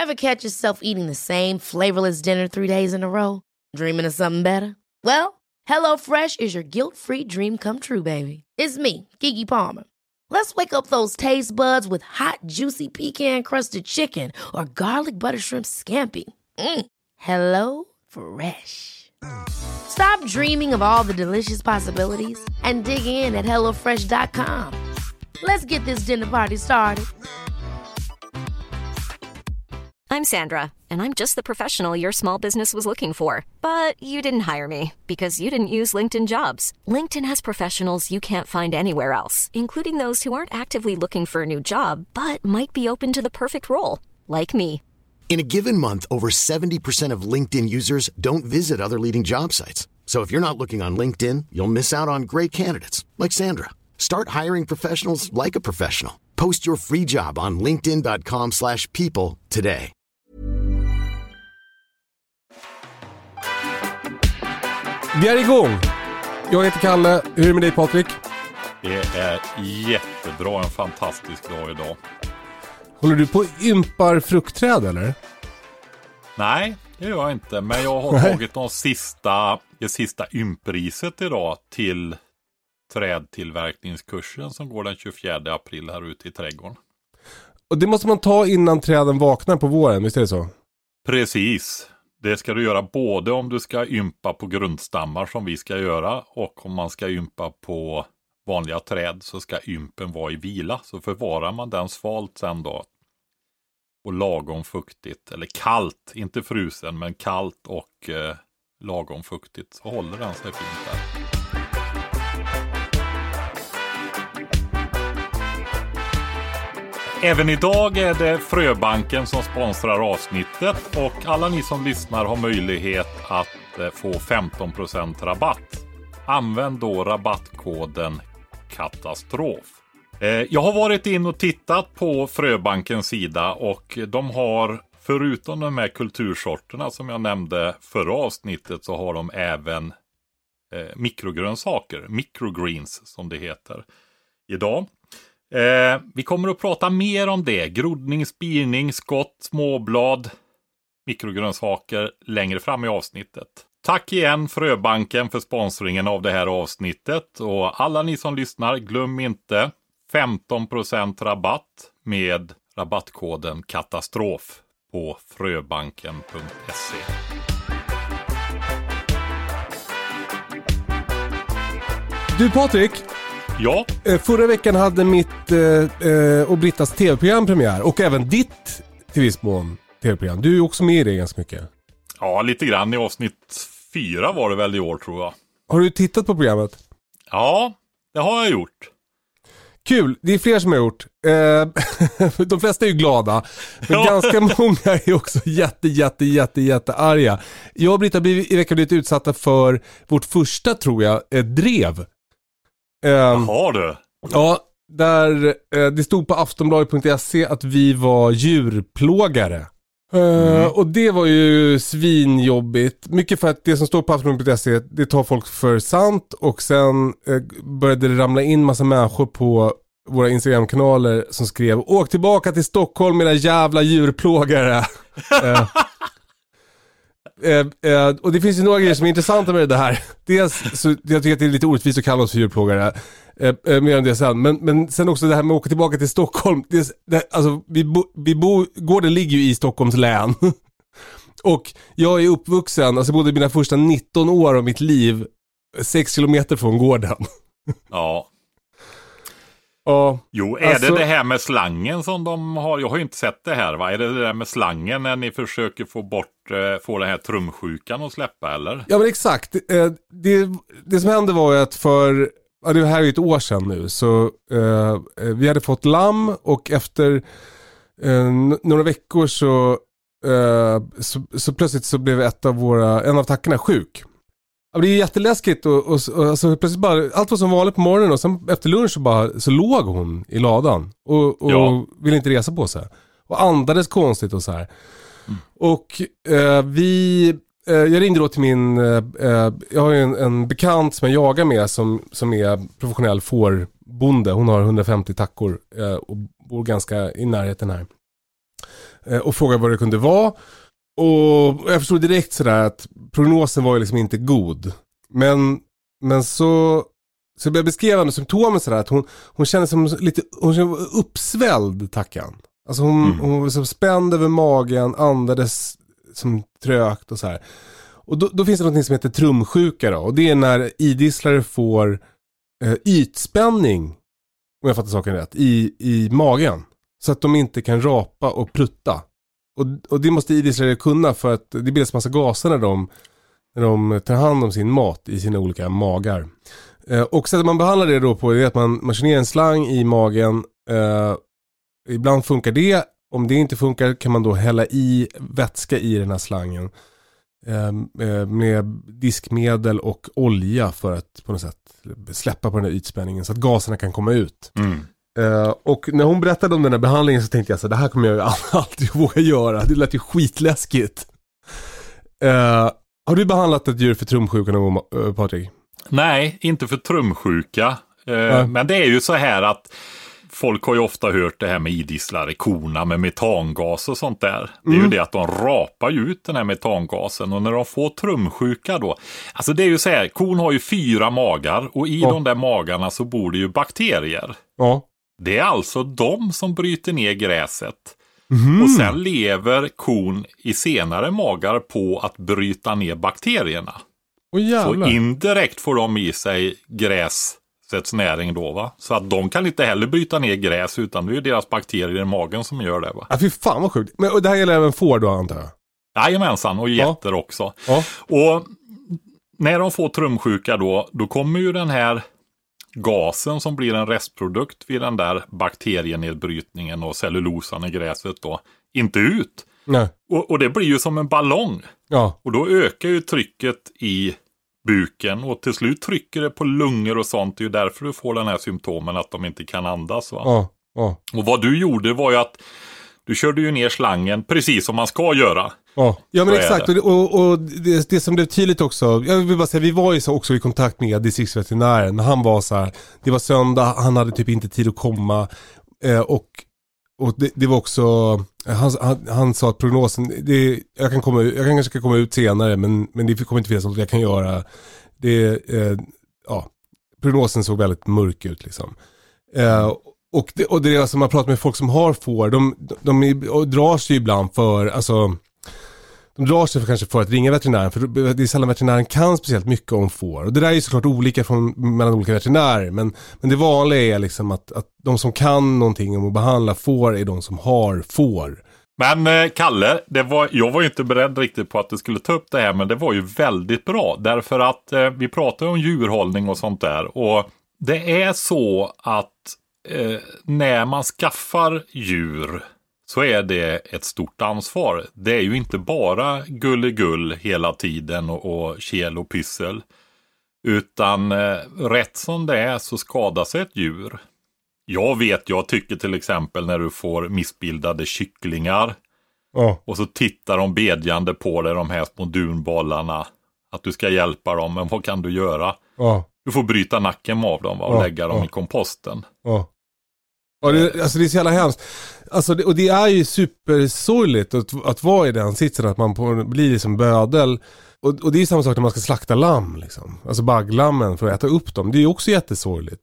Ever catch yourself eating the same flavorless dinner 3 days in a row? Dreaming of something better? Well, HelloFresh is your guilt-free dream come true, baby. It's me, Keke Palmer. Let's wake up those taste buds with hot, juicy pecan-crusted chicken or garlic butter shrimp scampi. Hello Fresh. Stop dreaming of all the delicious possibilities and dig in at HelloFresh.com. Let's get this dinner party started. I'm Sandra, and I'm just the professional your small business was looking for. But you didn't hire me because you didn't use LinkedIn Jobs. LinkedIn has professionals you can't find anywhere else, including those who aren't actively looking for a new job, but might be open to the perfect role, like me. In a given month, over 70% of LinkedIn users don't visit other leading job sites. So if you're not looking on LinkedIn, you'll miss out on great candidates like Sandra. Start hiring professionals like a professional. Post your free job on linkedin.com/people today. Vi är igång. Jag heter Kalle. Hur är det med dig, Patrik? Det är jättebra, en fantastisk dag idag. Håller du på ympar fruktträd eller? Nej, det gör jag inte. Men jag har tagit det sista ympriset idag till trädtillverkningskursen som går den 24 april här ute i trädgården. Och det måste man ta innan träden vaknar på våren, visst är det så? Precis. Det ska du göra både om du ska ympa på grundstammar som vi ska göra och om man ska ympa på vanliga träd så ska ympen vara i vila. Så förvarar man den svalt sen då och lagom fuktigt eller kallt, inte frusen men kallt och lagom fuktigt så håller den sig fint där. Även idag är det Fröbanken som sponsrar avsnittet och alla ni som lyssnar har möjlighet att få 15% rabatt. Använd då rabattkoden katastrof. Jag har varit in och tittat på Fröbankens sida och de har förutom de här kultursorterna som jag nämnde förra avsnittet så har de även mikrogrönsaker, microgreens som det heter idag. Vi kommer att prata mer om det. Groddning, spirning, skott, småblad, mikrogrönsaker längre fram i avsnittet. Tack igen Fröbanken för sponsringen av det här avsnittet. Och alla ni som lyssnar, glöm inte 15% rabatt med rabattkoden katastrof på fröbanken.se. Du Patrik? Ja. Förra veckan hade mitt och Brittas tv-program premiär. Och även ditt till viss mån tv-program. Du är också med i det ganska mycket. Ja, lite grann i avsnitt 4 var det väl i år tror jag. Har du tittat på programmet? Ja, det har jag gjort. Kul, det är fler som har gjort. De flesta är ju glada. Men ganska många är också jätte arga. Jag och Britta i veckan blivit utsatta för vårt första, tror jag, drev. Har du? Ja, där det stod på aftonbladet.se att vi var djurplågare. Och det var ju svinjobbigt. Mycket för att det som står på aftonbladet.se det tar folk för sant. Och sen började det ramla in massa människor på våra Instagram-kanaler som skrev: åk tillbaka till Stockholm med era jävla djurplågare. Och det finns ju några grejer som är intressanta med det här. Dels så jag tycker att det är lite orättvist att kalla oss för djurplågare. Mer än det sen. Men sen också det här med att åka tillbaka till Stockholm. Alltså gården ligger ju i Stockholms län. Och jag är uppvuxen, alltså både mina första 19 år av mitt liv 6 kilometer från gården. Ja. Jo, alltså, det här med slangen som de har? Jag har ju inte sett det här, va? Är det där med slangen när ni försöker få den här trumsjukan att släppa, eller? Ja, men exakt. Det som hände var ju att det här är ju ett år sedan nu, så vi hade fått lamm och efter några veckor så plötsligt så blev en av tackorna sjuk. Det är jätteläskigt och alltså, plötsligt bara, allt var som vanligt på morgonen och sen efter lunch så låg hon i ladan och ville inte resa på sig och andades konstigt och så här. Och jag ringde då till jag har ju en bekant som jag jagar med som är professionell fårbonde. Hon har 150 tackor och bor ganska i närheten här. och frågade vad det kunde vara. Och jag förstod direkt sådär att prognosen var ju liksom inte god. Men så började jag beskriva symptomen sådär att hon kände som lite, hon kände uppsvälld, tackan. Alltså hon var så spänd över magen, andades som trögt och så här. Och då finns det något som heter trumsjuka då. Och det är när idisslare får ytspänning, om jag fattar saken rätt, i magen. Så att de inte kan rapa och prutta. Och det måste idisslare kunna, för att det bildas massa gaser när de tar hand om sin mat i sina olika magar. Och så att man behandlar det då på är att man kör ner en slang i magen. Ibland funkar det. Om det inte funkar kan man då hälla i vätska i den här slangen med diskmedel och olja för att på något sätt släppa på den här ytspänningen så att gaserna kan komma ut. Och när hon berättade om den här behandlingen så tänkte jag så det här kommer jag ju aldrig våga göra. Det lät ju skitläskigt. Har du behandlat ett djur för trumsjuka någon gång, Patrik? Nej, inte för trumsjuka. Men det är ju så här att folk har ju ofta hört det här med idisslare, korna med metangas och sånt där. Det är ju det att de rapar ut den här metangasen, och när de får trumsjuka då, alltså det är ju så här, kon har ju 4 magar och i de där magarna så bor det ju bakterier. Ja. Det är alltså de som bryter ner gräset. Och sen lever kon i senare magar på att bryta ner bakterierna. Så indirekt får de i sig gräsets näring då, va? Så att de kan inte heller bryta ner gräs, utan det är deras bakterier i magen som gör det, va? Ja, fy fan vad sjukt. Men, och det här gäller även får då, antar jag? Jajamensan, och getter också. Ja. Och när de får trumsjuka då kommer ju den här gasen som blir en restprodukt vid den där bakterienedbrytningen och cellulosan i gräset då inte ut. Nej. Och det blir ju som en ballong. Ja. Och då ökar ju trycket i buken och till slut trycker det på lungor och sånt. Det är ju därför du får den här symptomen att de inte kan andas, va? Ja. Ja. Och vad du gjorde var ju att du körde ju ner slangen precis som man ska göra. Ja, men exakt. Och det som blev tydligt också, jag vill bara säga, vi var ju så också i kontakt med distriktsveterinären. Han var så här, det var söndag, han hade typ inte tid att komma. Och det var också, han sa att prognosen, jag kanske kan komma ut senare, men det kommer inte finnas något jag kan göra. Prognosen såg väldigt mörk ut liksom. Och det är som man pratar med folk som har får, de drar sig ibland för, alltså de drar sig kanske för att ringa veterinären, för det är sällan veterinären kan speciellt mycket om får. Och det där är ju såklart olika mellan olika veterinärer, men det vanliga är liksom att de som kan någonting om att behandla får är de som har får. Men Kalle, jag var ju inte beredd riktigt på att du skulle ta upp det här, men det var ju väldigt bra. Därför att vi pratar om djurhållning och sånt där. Och det är så att när man skaffar djur så är det ett stort ansvar. Det är ju inte bara gull hela tiden och kel och pyssel. Utan rätt som det är så skadas ett djur. Jag tycker till exempel när du får missbildade kycklingar och så tittar de bedjande på dig, de här små dunbollarna, att du ska hjälpa dem, men vad kan du göra? Du får bryta nacken av dem och lägga dem i komposten. Ja, det är så jävla hemskt. Alltså, och det är ju supersorgligt att vara i den sitsen, att man blir liksom bödel. Och det är samma sak när man ska slakta lamm liksom. Alltså bagglammen för att äta upp dem. Det är ju också jättesorgligt.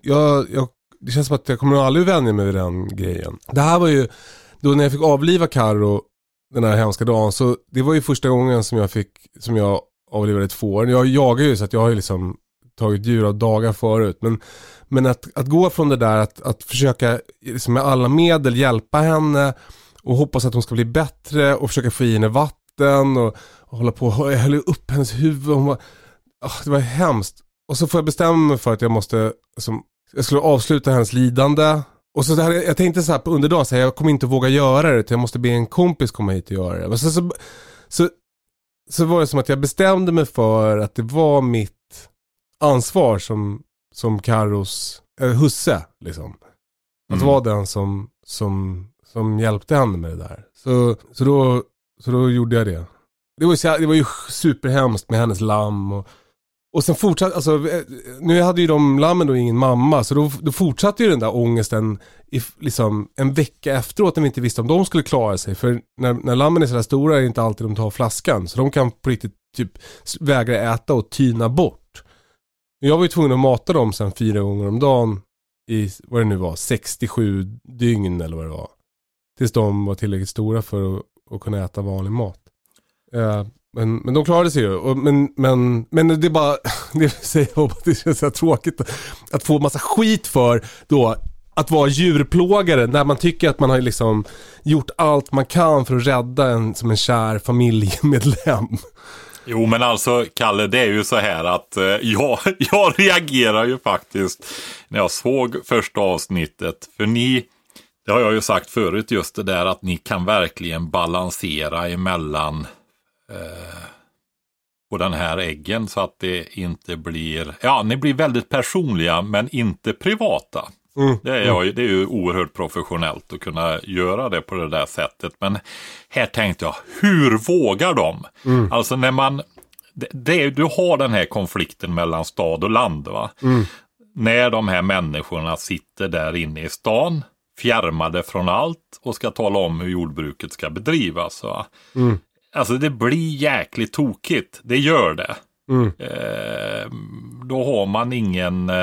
Det känns som att jag kommer aldrig vänja mig med den grejen. Det här var ju då när jag fick avliva Karo den här hemska dagen, så det var ju första gången som jag avlivade ett får. Jag jagar ju så att jag har ju liksom tagit djur av dagar förut, men att gå från det där att försöka liksom med alla medel hjälpa henne och hoppas att hon ska bli bättre och försöka få i henne vatten och hålla på och hälla upp hennes huvud. Det var hemskt. Och så får jag bestämma mig för att jag skulle avsluta hennes lidande. Och så där, jag tänkte så här på underdagen, så här, jag kommer inte våga göra det, jag måste be en kompis komma hit och göra det. Men så var det som att jag bestämde mig för att det var mitt ansvar som Karos husse liksom. Att vara den som hjälpte henne med det där. Så då gjorde jag det. Det var ju superhemskt med hennes lamm och Och sen fortsatte, alltså, nu hade ju de lammen då ingen mamma, så då fortsatte ju den där ångesten liksom en vecka efteråt när vi inte visste om de skulle klara sig. För när lammen är så där stora är det inte alltid de tar flaskan, så de kan på riktigt typ vägra äta och tyna bort. Jag var ju tvungen att mata dem sen 4 gånger om dagen i, vad det nu var, 67 dygn eller vad det var. Tills de var tillräckligt stora för att kunna äta vanlig mat. Men de klarade sig ju. Men det är bara, det känns så tråkigt att få massa skit för då att vara djurplågare när man tycker att man har liksom gjort allt man kan för att rädda en kär familjemedlem. Jo, men alltså Kalle, det är ju så här att jag reagerar ju faktiskt när jag såg första avsnittet. För det har jag ju sagt förut, just det där att ni kan verkligen balansera emellan på den här äggen så att det inte blir, ni blir väldigt personliga men inte privata. Det är ju oerhört professionellt att kunna göra det på det där sättet. Men här tänkte jag, hur vågar de? Alltså när du har den här konflikten mellan stad och land, va? När de här människorna sitter där inne i stan, fjärmade från allt och ska tala om hur jordbruket ska bedrivas, va? Alltså det blir jäkligt tokigt, det gör det. Då har man ingen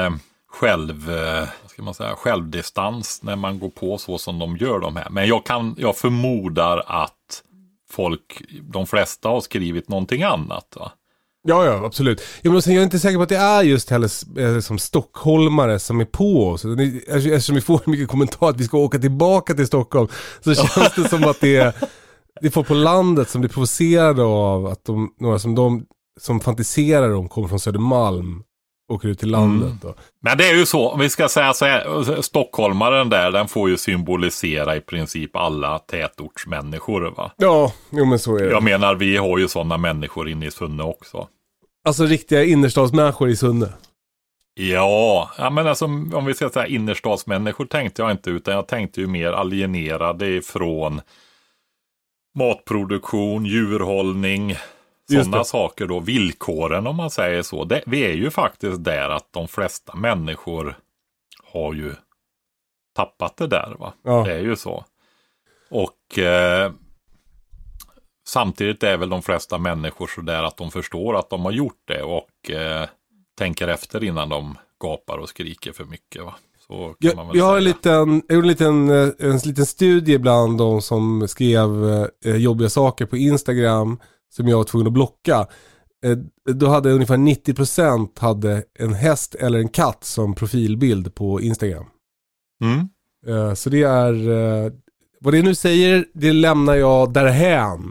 självdistans när man går på så som de gör de här. Men jag förmodar att de flesta har skrivit någonting annat, va? Ja, absolut. Jag är inte säker på att det är just heller som stockholmare som är på oss. Eftersom vi får mycket kommentar att vi ska åka tillbaka till Stockholm, så känns det som att det är folk på landet som blir provocerade av att några som fantiserar om kommer från Södermalm åker ut till landet då. Men det är ju så, om vi ska säga så här, stockholmaren där, den får ju symbolisera i princip alla tätortsmänniskor, va? Ja, jo men så är det. Jag menar, vi har ju sådana människor inne i Sunne också. Alltså riktiga innerstadsmänniskor i Sunne. Ja, men alltså om vi ska säga innerstadsmänniskor tänkte jag inte, utan jag tänkte ju mer alienerade från matproduktion, djurhållning, sådana saker då, villkoren om man säger så. Vi är ju faktiskt där att de flesta människor har ju tappat det där, va? Ja. Det är ju så. Och samtidigt är väl de flesta människor så där att de förstår att de har gjort det och tänker efter innan de gapar och skriker för mycket, va? Så kan man väl jag har säga. en liten studie bland de som skrev jobbiga saker på Instagram som jag var tvungen att blocka. Då hade ungefär 90% hade en häst eller en katt som profilbild på Instagram. Så det är vad det nu säger, det lämnar jag därhän.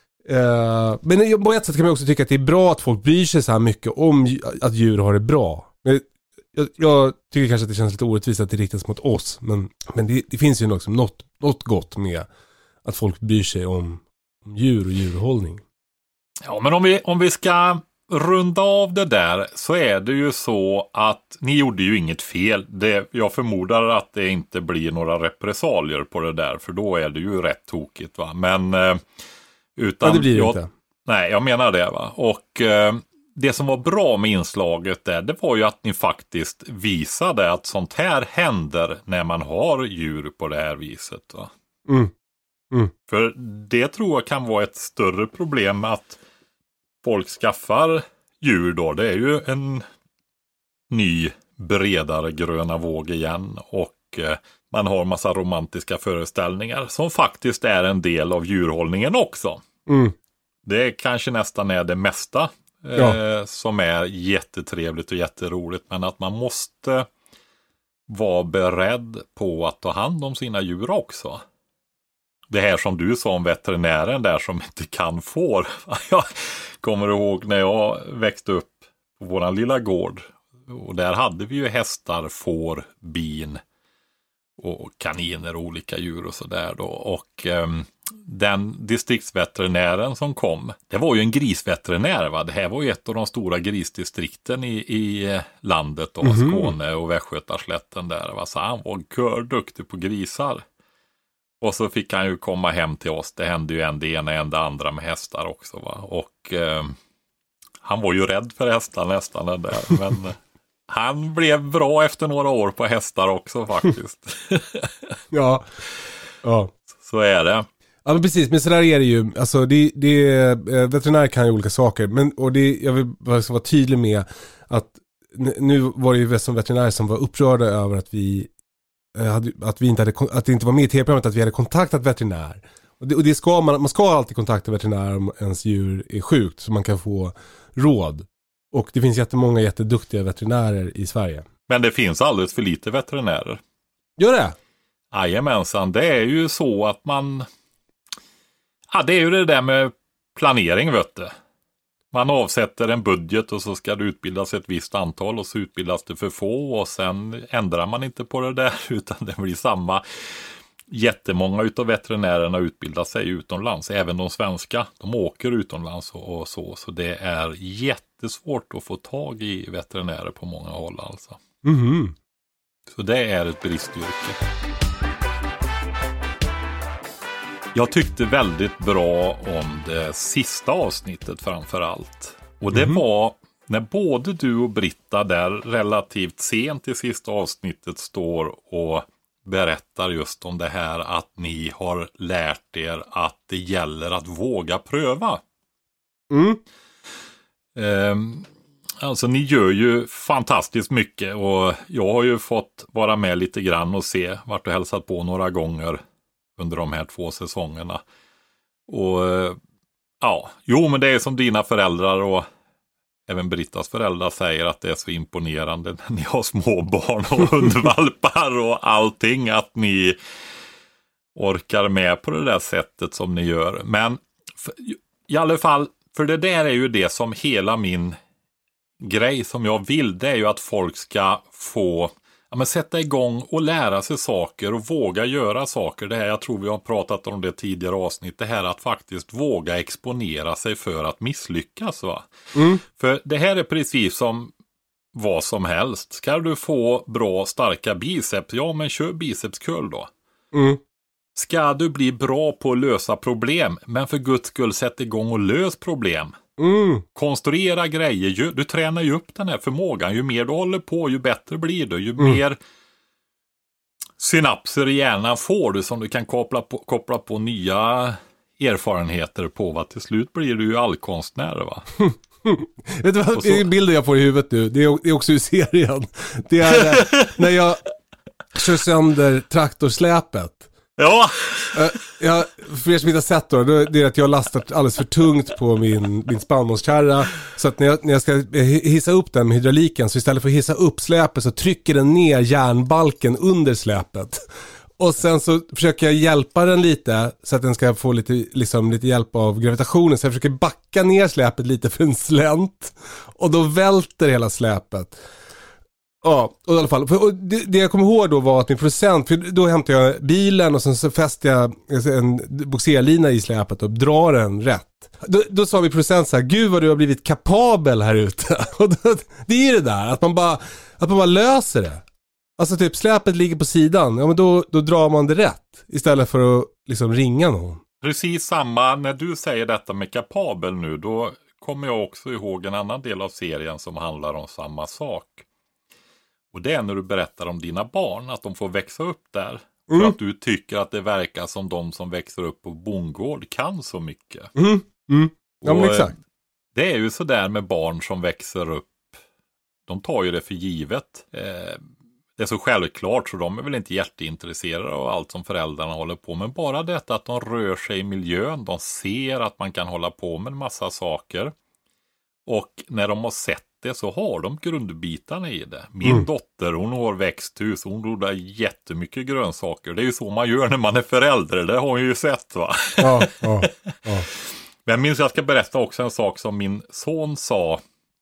Men på ett sätt kan man också tycka att det är bra att folk bryr sig så här mycket om att djur har det bra. Jag tycker kanske att det känns lite orättvist att det riktas mot oss, men det finns ju något gott med att folk bryr sig om djur och djurhållning. Ja, men om vi ska runda av det där, så är det ju så att ni gjorde ju inget fel. Jag förmodar att det inte blir några repressalier på det där, för då är det ju rätt tokigt, va? Men utan det blir det inte. Nej, jag menar det, va? Och det som var bra med inslaget där, det var ju att ni faktiskt visade att sånt här händer när man har djur på det här viset, va? För det tror jag kan vara ett större problem att folk skaffar djur då. Det är ju en ny bredare gröna våg igen och man har massa romantiska föreställningar som faktiskt är en del av djurhållningen också. Det kanske nästan är det mesta som är jättetrevligt och jätteroligt, men att man måste vara beredd på att ta hand om sina djur också. Det här som du sa om veterinären där som inte kan får. Jag kommer ihåg när jag växte upp på våran lilla gård. Och där hade vi ju hästar, får, bin och kaniner och olika djur och sådär då. Och den distriktsveterinären som kom, det var ju en grisveterinär, va? Det här var ju ett av de stora grisdistrikten i landet då, Skåne och Västgötaslätten där, va? Så han var duktig på grisar. Och så fick han ju komma hem till oss. Det hände ju en det ena det andra med hästar också, va? Och Han var ju rädd för hästar nästan den där. Men han blev bra efter några år på hästar också faktiskt. Ja. Så är det. Ja, men precis, men så där är det ju. Alltså veterinär kan ju olika saker, men jag vill bara vara tydlig med att nu var det ju som veterinär som var upprörda över att att det inte var med i tv-programmet att vi hade kontaktat veterinär. Och det ska man ska alltid kontakta veterinär om ens djur är sjukt så man kan få råd. Och det finns jättemånga jätteduktiga veterinärer i Sverige. Men det finns alldeles för lite veterinärer. Gör det? Jajamensan, det är ju så att man... Ja, det är ju det där med planering, vet du. Man avsätter en budget och så ska det utbildas ett visst antal och så utbildas det för få och sen ändrar man inte på det där utan det blir samma. Jättemånga utav veterinärerna utbildar sig utomlands, även de svenska. De åker utomlands och så det är jättesvårt att få tag i veterinärer på många håll alltså. Mhm. Så det är ett bristyrke. Jag tyckte väldigt bra om det sista avsnittet framför allt. Och det var när både du och Britta där relativt sent i sista avsnittet står och berättar just om det här att ni har lärt er att det gäller att våga pröva. Alltså ni gör ju fantastiskt mycket och jag har ju fått vara med lite grann och se vart och hälsat på några gånger under de här 2 säsongerna. Och ja, men det är som dina föräldrar och även Brittas föräldrar säger att det är så imponerande när ni har små barn och hundvalpar och allting att ni orkar med på det där sättet som ni gör. Men i alla fall, för det där är ju det som hela min grej som jag vill, det är ju att folk ska få sätta igång och lära sig saker och våga göra saker. Det här, jag tror vi har pratat om det tidigare avsnitt, det här att faktiskt våga exponera sig för att misslyckas, va? För det här är precis som vad som helst. Ska du få bra starka biceps, men kör bicepskurl då. Ska du bli bra på att lösa problem, men för Guds skull sätt igång och lös problem. Konstruera grejer, du tränar ju upp den här förmågan. Ju mer du håller på, ju bättre blir du. Ju mer synapser i hjärnan får du som du kan koppla på nya erfarenheter på. Va? Till slut blir du ju allkonstnär, va? Vet du vad bilden jag får i huvudet nu? Det är också i serien. Det är när jag kör sönder traktorsläpet. Ja. För er som inte har sett då, det är att jag har lastat alldeles för tungt på min spannmålskärra. Så att när jag ska hissa upp den med hydrauliken, så istället för att hissa upp släpet så trycker den ner järnbalken under släpet. Och sen så försöker jag hjälpa den lite så att den ska få lite hjälp av gravitationen. Så jag försöker backa ner släpet lite för en slänt. Och då välter hela släpet. Ja, och i alla fall. Och det jag kommer ihåg då var att min producent, för då hämtade jag bilen och sen så fäste jag en boxerlina i släpet och drar den rätt. Då sa vi producent så här: gud vad du har blivit kapabel här ute. Och det är ju det där, att man bara löser det. Alltså typ släpet ligger på sidan, men då drar man det rätt istället för att liksom ringa någon. Precis samma, när du säger detta med kapabel nu, då kommer jag också ihåg en annan del av serien som handlar om samma sak. Och det är när du berättar om dina barn, att de får växa upp där. För att du tycker att det verkar som de som växer upp på bondgård kan så mycket. Ja, men exakt. Det är ju så där med barn som växer upp. De tar ju det för givet. Det är så självklart så de är väl inte jätteintresserade av allt som föräldrarna håller på med. Men bara detta att de rör sig i miljön. De ser att man kan hålla på med en massa saker. Och när de har sett det så har de grundbitarna i det. Min dotter, hon har växthus. Hon odlar jättemycket grönsaker. Det är ju så man gör när man är förälder. Det har hon ju sett, va? Ja. Men jag minns att jag ska berätta också en sak som min son sa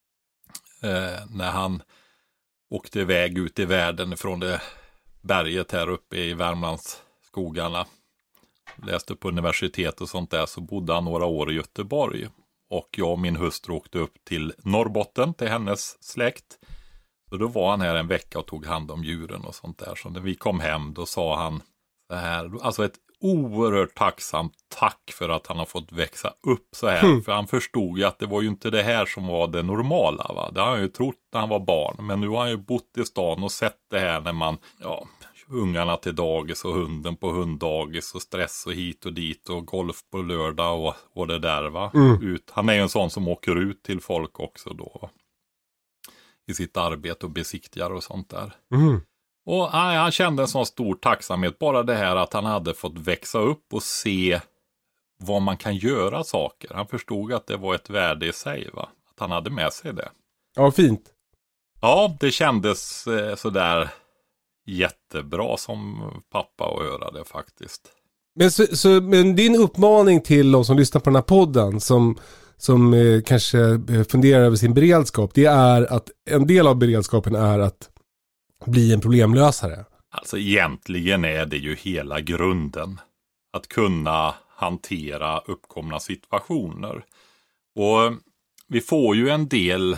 när han åkte iväg ut i världen från det berget här uppe i Värmlands skogarna. Läste på universitet och sånt där, så bodde han några år i Göteborg. Och jag och min hustru åkte upp till Norrbotten till hennes släkt. Så då var han här en vecka och tog hand om djuren och sånt där. Så när vi kom hem då sa han så här, alltså ett oerhört tacksam tack för att han har fått växa upp så här. För han förstod ju att det var ju inte det här som var det normala. Va? Det har han ju trott när han var barn. Men nu har han ju bott i stan och sett det här när man, ungarna till dagis och hunden på hunddagis och stress och hit och dit och golf på lördag och det där va. Han är ju en sån som åker ut till folk också då. I sitt arbete och besiktigar och sånt där. Och han kände en sån stor tacksamhet. Bara det här att han hade fått växa upp och se vad man kan göra saker. Han förstod att det var ett värde i sig va. Att han hade med sig det. Ja, fint. Ja, det kändes sådär jättebra som pappa att höra det faktiskt. Men din uppmaning till de som lyssnar på den här podden som kanske funderar över sin beredskap, det är att en del av beredskapen är att bli en problemlösare. Alltså egentligen är det ju hela grunden. Att kunna hantera uppkomna situationer. Och vi får ju en del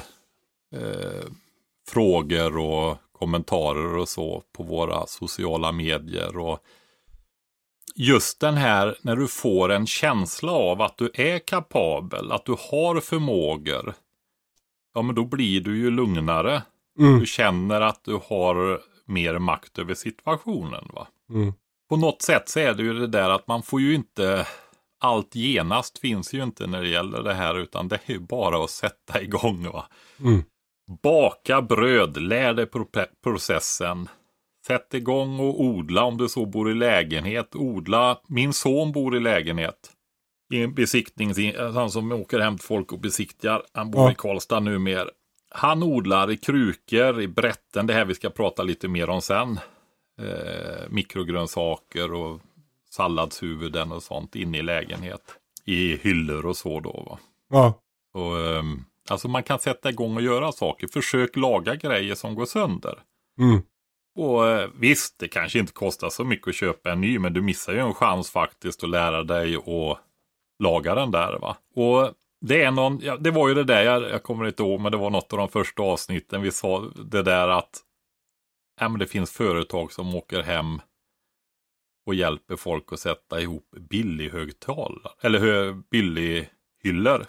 frågor och kommentarer och så på våra sociala medier. Och just den här när du får en känsla av att du är kapabel, att du har förmågor. Ja, men då blir du ju lugnare. Du känner att du har mer makt över situationen va. På något sätt så är det ju det där att man får ju inte, allt genast finns ju inte när det gäller det här utan det är ju bara att sätta igång va. Baka bröd, lär dig processen. Sätt igång och odla om du så bor i lägenhet. Odla, min son bor i lägenhet. I en han som åker hem till folk och besiktigar. Han bor i Karlstad nu mer. Han odlar i krukor, i brätten, det här vi ska prata lite mer om sen. Mikrogrönsaker och salladshuvuden och sånt inne i lägenhet. I hyllor och så då va. Ja. Och, alltså man kan sätta igång och göra saker. Försök laga grejer som går sönder. Och visst, det kanske inte kostar så mycket att köpa en ny. Men du missar ju en chans faktiskt att lära dig att laga den där va. Och det är det var ju det där, jag kommer inte ihåg, men det var något av de första avsnitten vi sa det där att men det finns företag som åker hem och hjälper folk att sätta ihop billig högtalare eller billig hyllor.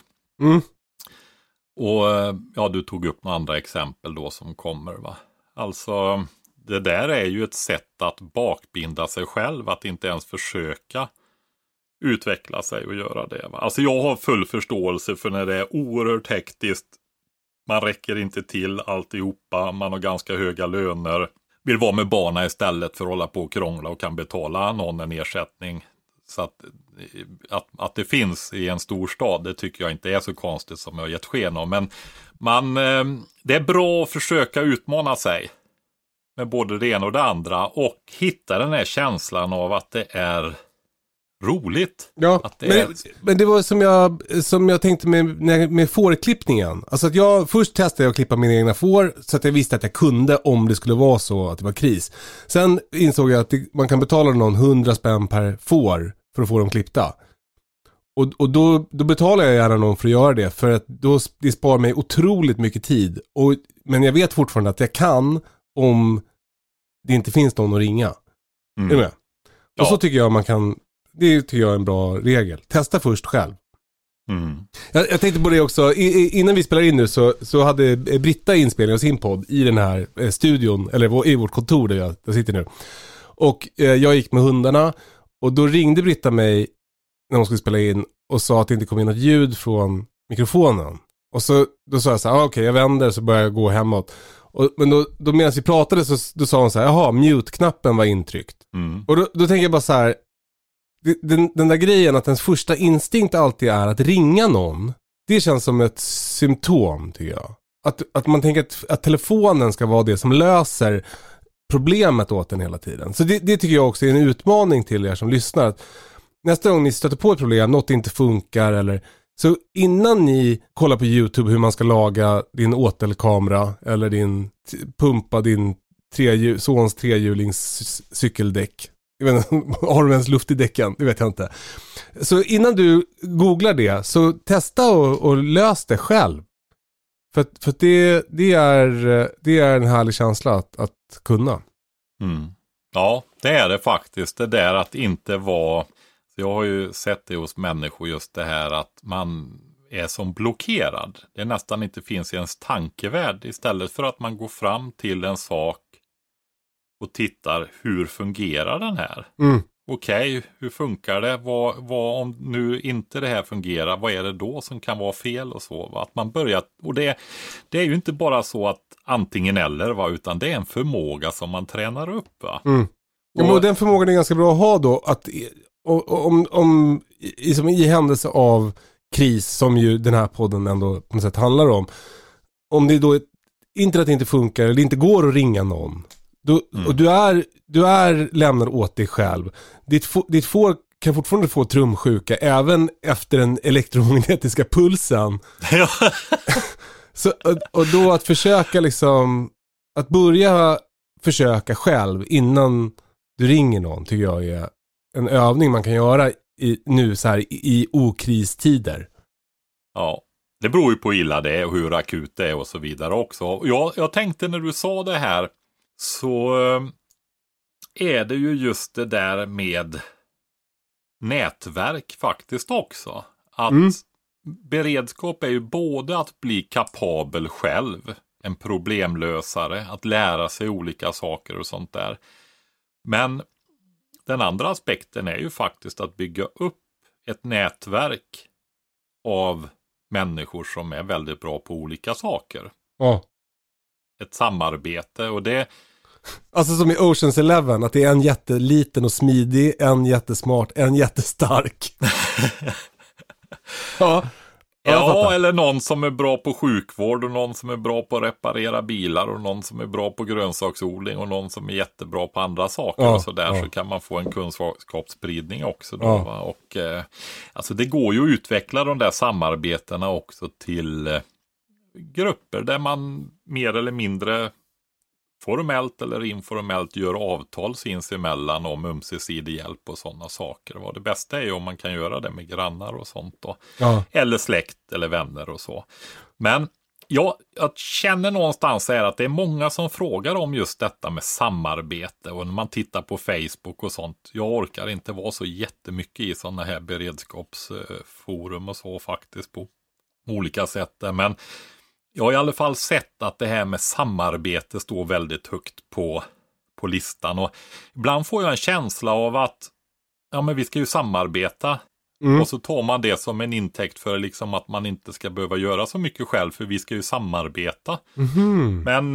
Och du tog upp några andra exempel då som kommer va. Alltså det där är ju ett sätt att bakbinda sig själv, att inte ens försöka utveckla sig och göra det va? Alltså jag har full förståelse för när det är oerhört hektiskt. Man räcker inte till alltihopa. Man har ganska höga löner. Vill vara med barnen istället för att hålla på och krångla och kan betala någon en ersättning. Så att det finns i en stor stad, det tycker jag inte är så konstigt som jag har gett sken om. Men det är bra att försöka utmana sig med både det ena och det andra. Och hitta den här känslan av att det är roligt. Ja, att det men det var som jag tänkte med fårklippningen. Alltså att först testade jag att klippa mina egna får så att jag visste att jag kunde om det skulle vara så att det var kris. Sen insåg jag att man kan betala någon 100 spänn per får för att få dem klippta. Och då betalar jag gärna någon för att göra det, för att det sparar mig otroligt mycket tid. Men jag vet fortfarande att jag kan om det inte finns någon att ringa. Är du med? Ja. Och så tycker jag man kan. Det tycker jag är en bra regel. Testa först själv. Jag tänkte på det också. Innan vi spelar in nu så hade Britta inspelning av sin podd i den här studion, eller i vårt kontor där jag sitter nu. Och jag gick med hundarna och då ringde Britta mig när hon skulle spela in och sa att det inte kom in något ljud från mikrofonen. Och då sa jag så här, okej, jag vänder så börjar jag gå hemåt. Men då medan vi pratade då sa hon så här, jaha, mute-knappen var intryckt. Och då tänker jag bara så här, den där grejen att ens första instinkt alltid är att ringa någon, det känns som ett symptom tycker jag. Att man tänker att telefonen ska vara det som löser problemet åt en hela tiden. Så det tycker jag också är en utmaning till er som lyssnar. Att nästa gång ni stöter på ett problem, något inte funkar eller så innan ni kollar på YouTube hur man ska laga din åtelkamera eller pumpa din sons trehjulings cykeldäck. Jag vet inte, har du ens luft i däcken? Det vet jag inte. Så innan du googlar det så testa och lös det själv. För det är en härlig känsla att kunna. Ja, det är det faktiskt. Det där att inte vara... Jag har ju sett det hos människor, just det här att man är som blockerad. Det nästan inte finns i ens tankevärld. Istället för att man går fram till en sak och tittar, hur fungerar den här? Okej, hur funkar det? Vad om nu inte det här fungerar, vad är det då som kan vara fel och så? Va? Att man börjar, och det är ju inte bara så att antingen eller, va? Utan det är en förmåga som man tränar upp. Va? Och den förmågan är ganska bra att ha då, att i händelse av kris, som ju den här podden ändå på något sätt handlar om det då internet inte funkar eller inte går att ringa någon, och du är lämnad åt dig själv. Ditt får kan fortfarande få trumsjuka även efter den elektromagnetiska pulsen. Så, och då att försöka liksom, att börja försöka själv innan du ringer någon, tycker jag är en övning man kan göra nu så här i okristider. Ja, det beror ju på hur illa det är och hur akut det är och så vidare också. Jag tänkte när du sa det här, så är det ju just det där med nätverk faktiskt också. Att beredskap är ju både att bli kapabel själv, en problemlösare, att lära sig olika saker och sånt där. Men den andra aspekten är ju faktiskt att bygga upp ett nätverk av människor som är väldigt bra på olika saker. Ja. Ett samarbete, och det... Alltså som i Ocean's 11, att det är en jätteliten och smidig, en jättesmart, en jättestark. Ja, eller någon som är bra på sjukvård och någon som är bra på att reparera bilar och någon som är bra på grönsaksodling och någon som är jättebra på andra saker och sådär, så kan man få en kunskapsspridning också då, va? Och alltså det går ju att utveckla de där samarbetena också till grupper där man mer eller mindre formellt eller informellt gör avtal sinsemellan om ömsesidig hjälp och sådana saker. Vad det bästa är ju om man kan göra det med grannar och sånt då. Ja. Eller släkt eller vänner och så. Men jag känner någonstans här att det är många som frågar om just detta med samarbete, och när man tittar på Facebook och sånt, jag orkar inte vara så jättemycket i sådana här beredskapsforum och så faktiskt på olika sätt, men jag har i alla fall sett att det här med samarbete står väldigt högt på listan, och ibland får jag en känsla av att ja, men vi ska ju samarbeta, och så tar man det som en intäkt för liksom att man inte ska behöva göra så mycket själv, för vi ska ju samarbeta. Men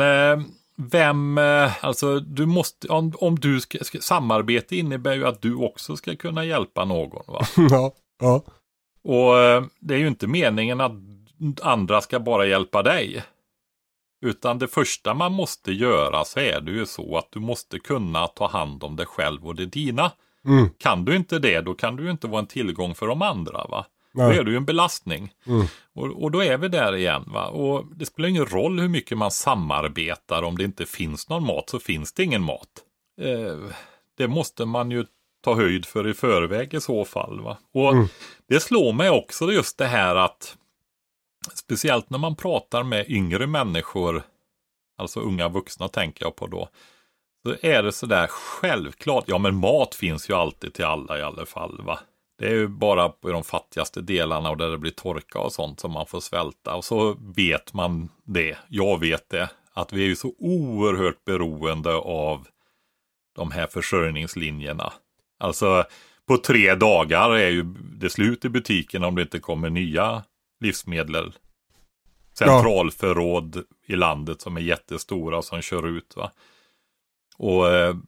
alltså du måste, om du ska samarbete innebär ju att du också ska kunna hjälpa någon, va? Ja. Och det är ju inte meningen att andra ska bara hjälpa dig. Utan det första man måste göra, så är det ju så att du måste kunna ta hand om dig själv och det dina. Kan du inte det, då kan du ju inte vara en tillgång för de andra, va? Då är du ju en belastning. Och då är vi där igen, va? Och det spelar ingen roll hur mycket man samarbetar, om det inte finns någon mat så finns det ingen mat. Det måste man ju ta höjd för i förväg i så fall, va? Och det slår mig också just det här att speciellt när man pratar med yngre människor, alltså unga vuxna tänker jag på då, så är det sådär självklart, ja men mat finns ju alltid till alla i alla fall, va? Det är ju bara på de fattigaste delarna och där det blir torka och sånt som man får svälta, och så vet man det, jag vet det, att vi är ju så oerhört beroende av de här försörjningslinjerna. Alltså på 3 dagar är ju det slut i butiken om det inte kommer nya livsmedel, centralförråd i landet som är jättestora som kör ut, va? Och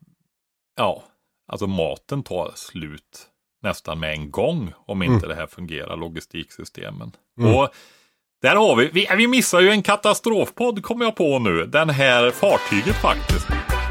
alltså maten tar slut nästan med en gång om inte det här fungerar, logistiksystemen. Och där har vi missar ju en katastrofpodd, kommer jag på nu, den här fartyget faktiskt.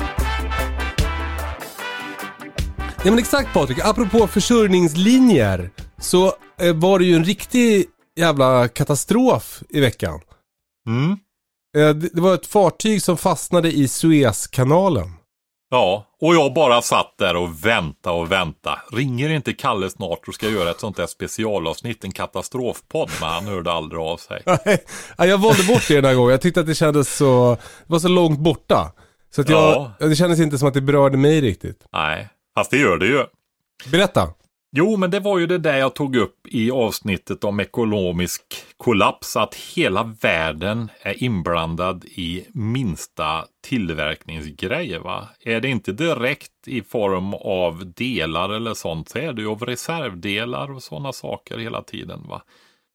Ja men exakt Patrik, apropå försörjningslinjer, så var det ju en riktig jävla katastrof i veckan. Det var ett fartyg som fastnade i Suezkanalen. Ja, och jag bara satt där och väntade. Ringer inte Kalle snart och ska göra ett sånt där specialavsnitt, en katastrofpodd, men han hörde aldrig av sig. Jag valde bort det den här gången. Jag tyckte att det kändes så, det var så långt borta. Så att det kändes inte som att det berörde mig riktigt. Nej, fast det gör det ju. Berätta. Jo, men det var ju det där jag tog upp i avsnittet om ekonomisk kollaps, att hela världen är inblandad i minsta tillverkningsgrej, va? Är det inte direkt i form av delar eller sånt, så är det ju av reservdelar och sådana saker hela tiden, va?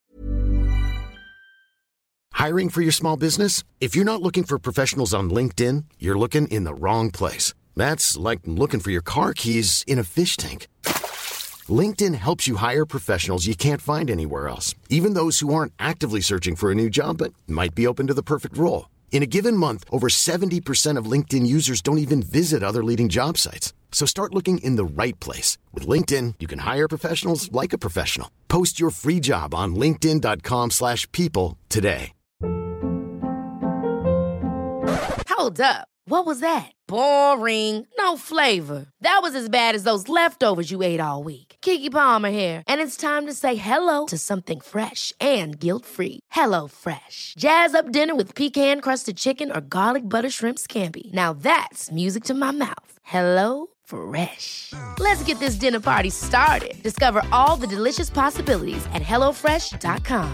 Hiring for your small business? If you're not looking for professionals on LinkedIn, you're looking in the wrong place. That's like looking for your car keys in a fish tank. LinkedIn helps you hire professionals you can't find anywhere else, even those who aren't actively searching for a new job but might be open to the perfect role. In a given month, over 70% of LinkedIn users don't even visit other leading job sites. So start looking in the right place. With LinkedIn, you can hire professionals like a professional. Post your free job on linkedin.com/people today. Hold up. What was that? Boring. No flavor. That was as bad as those leftovers you ate all week. Keke Palmer here, and it's time to say hello to something fresh and guilt-free. Hello Fresh. Jazz up dinner with pecan-crusted chicken or garlic butter shrimp scampi. Now that's music to my mouth. Hello Fresh. Let's get this dinner party started. Discover all the delicious possibilities at hellofresh.com.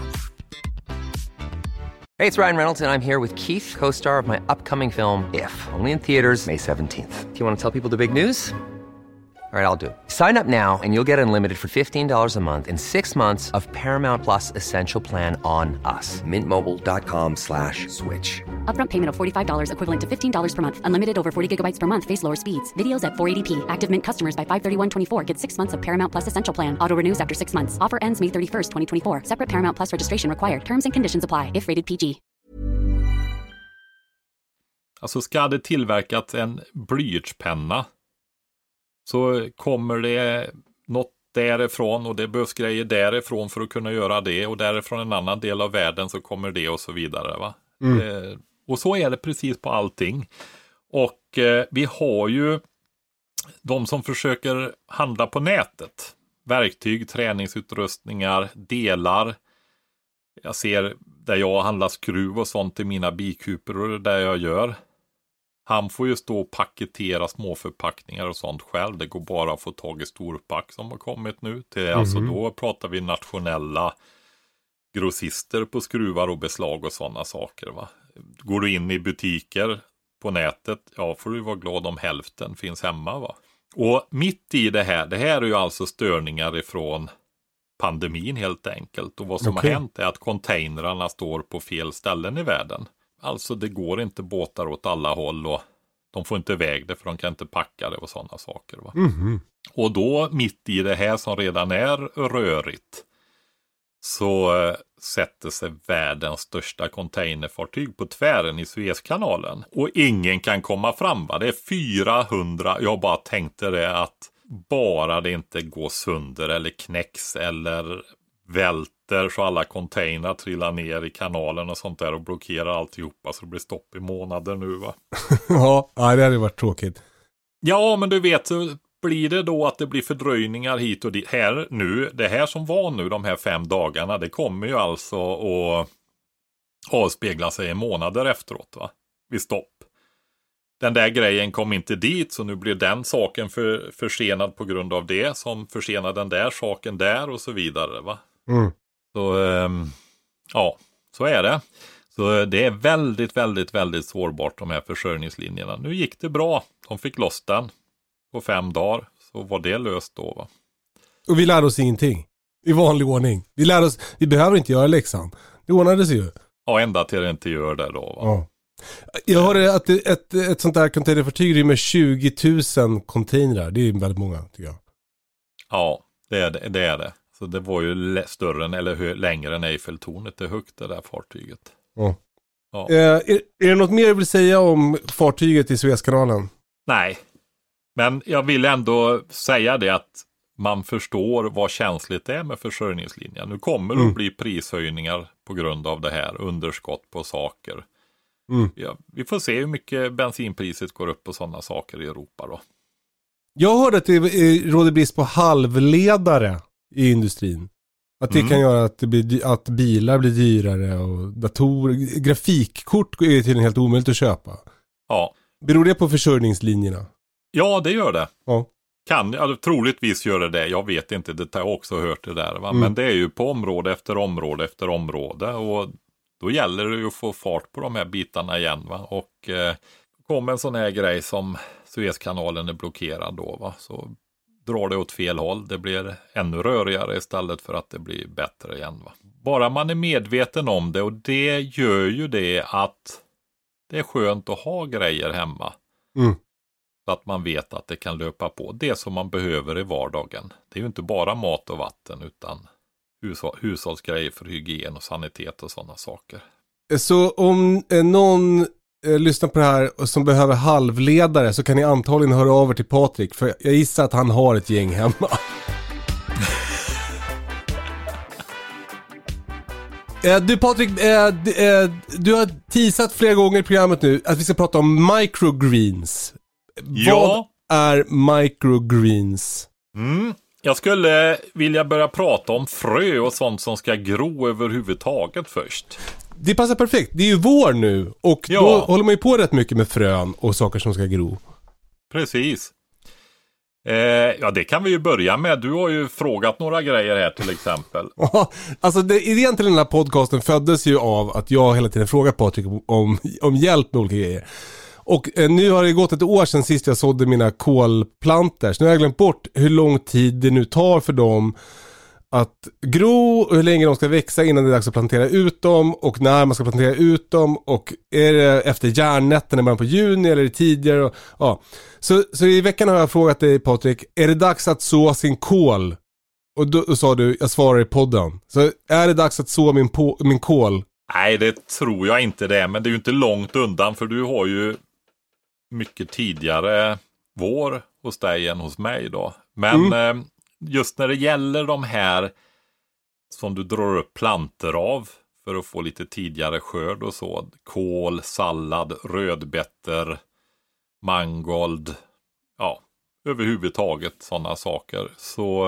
Hey, it's Ryan Reynolds, and I'm here with Keith, co-star of my upcoming film, If, only in theaters May 17th. Do you want to tell people the big news? All right, I'll do it. Sign up now and you'll get unlimited for $15 a month and 6 months of Paramount Plus Essential Plan on us. MintMobile.com/switch. Upfront payment of $45 equivalent to $15 per month. Unlimited over 40 gigabytes per month. Face lower speeds. Videos at 480p. Active Mint customers by 531.24 get 6 months of Paramount Plus Essential Plan. Auto renews after 6 months. Offer ends May 31st, 2024. Separate Paramount Plus registration required. Terms and conditions apply if rated PG. Alltså ska det tillverkat en blyertspenna, så kommer det något därifrån och det behövs grejer därifrån för att kunna göra det, och därifrån en annan del av världen så kommer det och så vidare, va? Och så är det precis på allting. Och vi har ju de som försöker handla på nätet. Verktyg, träningsutrustningar, delar. Jag ser där jag handlar skruv och sånt i mina bikuper och det där jag gör. Han får ju stå och paketera små förpackningar och sånt själv. Det går bara att få tag i storpack som har kommit nu. Alltså då pratar vi nationella grossister på skruvar och beslag och sådana saker, va? Går du in i butiker på nätet, ja, får du vara glad om hälften finns hemma, va? Och mitt i det här är ju alltså störningar ifrån pandemin helt enkelt. Och vad som har hänt är att containrarna står på fel ställen i världen. Alltså det går inte båtar åt alla håll och de får inte iväg det för de kan inte packa det och sådana saker, va? Och då mitt i det här som redan är rörigt så sätter sig världens största containerfartyg på tvären i Suezkanalen. Och ingen kan komma fram, va? Det är 400, jag bara tänkte det att bara det inte går sönder eller knäcks eller välter så alla containrar trillar ner i kanalen och sånt där och blockerar alltihopa så det blir stopp i månader nu, va? Ja, det hade varit tråkigt. Ja, men du vet så blir det då att det blir fördröjningar hit och dit. Här nu, det här som var nu de här 5 dagarna, det kommer ju alltså att avspegla sig i månader efteråt, va? Vid stopp. Den där grejen kom inte dit så nu blir den saken försenad på grund av det som försenar den där saken där och så vidare, va? Så ja, så är det. Så det är väldigt, väldigt, väldigt sårbart de här försörjningslinjerna. Nu gick det bra. De fick loss den på 5 dagar. Så var det löst då, va? Och vi lärde oss ingenting. I vanlig ordning. Vi lärde oss, vi behöver inte göra läxan. Det ordnade sig ju. Ja, ända till det inte gör det då, va? Ja. Jag hörde att ett sånt där containerfartyg rymmer 20 000 containrar. Det är väldigt många, tycker jag. Ja, det är det. Så det var ju större än, eller längre än Eiffeltornet. Det är högt det där fartyget. Ja. Ja. Är det något mer du vill säga om fartyget i Suezkanalen? Nej, men jag vill ändå säga det att man förstår vad känsligt det är med försörjningslinjen. Nu kommer det att bli prishöjningar på grund av det här. Underskott på saker. Ja, vi får se hur mycket bensinpriset går upp på sådana saker i Europa då. Jag hörde att det råder brist på halvledare i industrin. Att det kan göra att bilar blir dyrare och datorer, grafikkort är till helt omöjligt att köpa. Ja. Beror det på försörjningslinjerna? Ja, det gör det. Ja. Troligtvis gör det. Jag vet inte, det har jag också hört det där. Va? Men det är ju på område efter område efter område. Och då gäller det ju att få fart på de här bitarna igen. Va? Och kommer en sån här grej som Suezkanalen är blockerad då. Va? Så drar det åt fel håll. Det blir ännu rörigare istället för att det blir bättre igen. Va? Bara man är medveten om det, och det gör ju det att det är skönt att ha grejer hemma. Så att man vet att det kan löpa på det som man behöver i vardagen. Det är ju inte bara mat och vatten utan hushållsgrejer för hygien och sanitet och sådana saker. Så om någon lyssnar på det här som behöver halvledare, så kan ni antagligen höra av er till Patrik, för jag gissar att han har ett gäng hemma. Du Patrik, du har teasat flera gånger i programmet nu att vi ska prata om microgreens. Ja. Vad är microgreens? Jag skulle vilja börja prata om frö och sånt som ska gro överhuvudtaget först. Det passar perfekt, det är ju vår nu och då håller man ju på rätt mycket med frön och saker som ska gro. Precis. Ja, det kan vi ju börja med. Du har ju frågat några grejer här till exempel. Alltså idén till den här podcasten föddes ju av att jag hela tiden frågat Patrik om hjälp med olika grejer. Och nu har det gått ett år sedan sist jag sådde mina kolplanter. Så nu har jag glömt bort hur lång tid det nu tar för dem att gro och hur länge de ska växa innan det är dags att plantera ut dem och när man ska plantera ut dem och är det efter järnnätten i början på juni eller är det tidigare och, ja. Så i veckan har jag frågat dig Patrik, är det dags att så sin kål? Och då sa du, jag svarar i podden. Så är det dags att så min kål? Nej, det tror jag inte det, men det är ju inte långt undan för du har ju mycket tidigare vår hos dig än hos mig då. Men just när det gäller de här som du drar upp planter av för att få lite tidigare skörd och så. Kål, sallad, rödbetor, mangold, ja, överhuvudtaget sådana saker. Så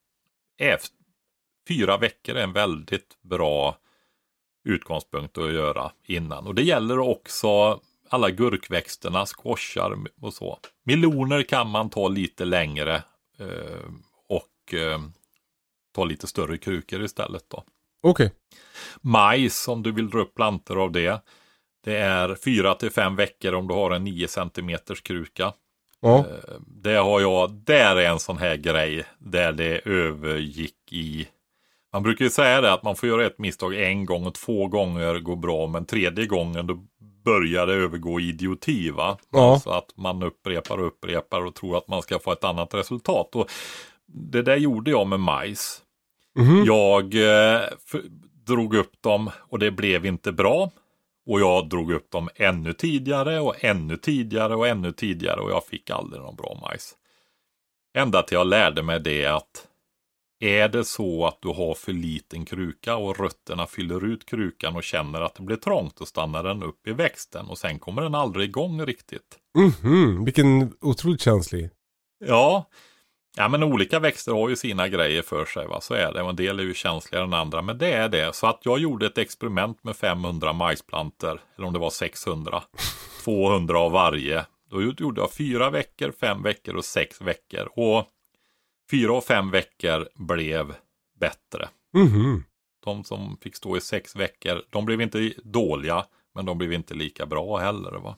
4 veckor är en väldigt bra utgångspunkt att göra innan. Och det gäller också alla gurkväxterna, squashar och så. Meloner kan man ta lite längre och ta lite större krukor istället då. Okej. Majs, om du vill dra upp plantor av det. Det är 4-5 veckor om du har en 9 cm kruka. Ja. Det har jag, där är en sån här grej där det övergick i. Man brukar ju säga det att man får göra ett misstag 1 gång och 2 gånger går bra, men 3:e gången då börjar det övergå i idioti, va? Ja. Alltså att man upprepar och tror att man ska få ett annat resultat. Och det där gjorde jag med majs. Jag drog upp dem och det blev inte bra. Och jag drog upp dem ännu tidigare och ännu tidigare och ännu tidigare och jag fick aldrig någon bra majs. Ända till jag lärde mig det att är det så att du har för liten kruka och rötterna fyller ut krukan och känner att det blir trångt och stannar den upp i växten och sen kommer den aldrig igång riktigt. Vilken otroligt känslig. Ja, men olika växter har ju sina grejer för sig, va? Så är det. En del är ju känsligare än andra, men det är det. Så att jag gjorde ett experiment med 500 majsplanter, eller om det var 600. 200 av varje. Då gjorde jag 4 veckor, 5 veckor och 6 veckor. Och 4 och 5 veckor blev bättre. De som fick stå i 6 veckor, de blev inte dåliga, men de blev inte lika bra heller, va?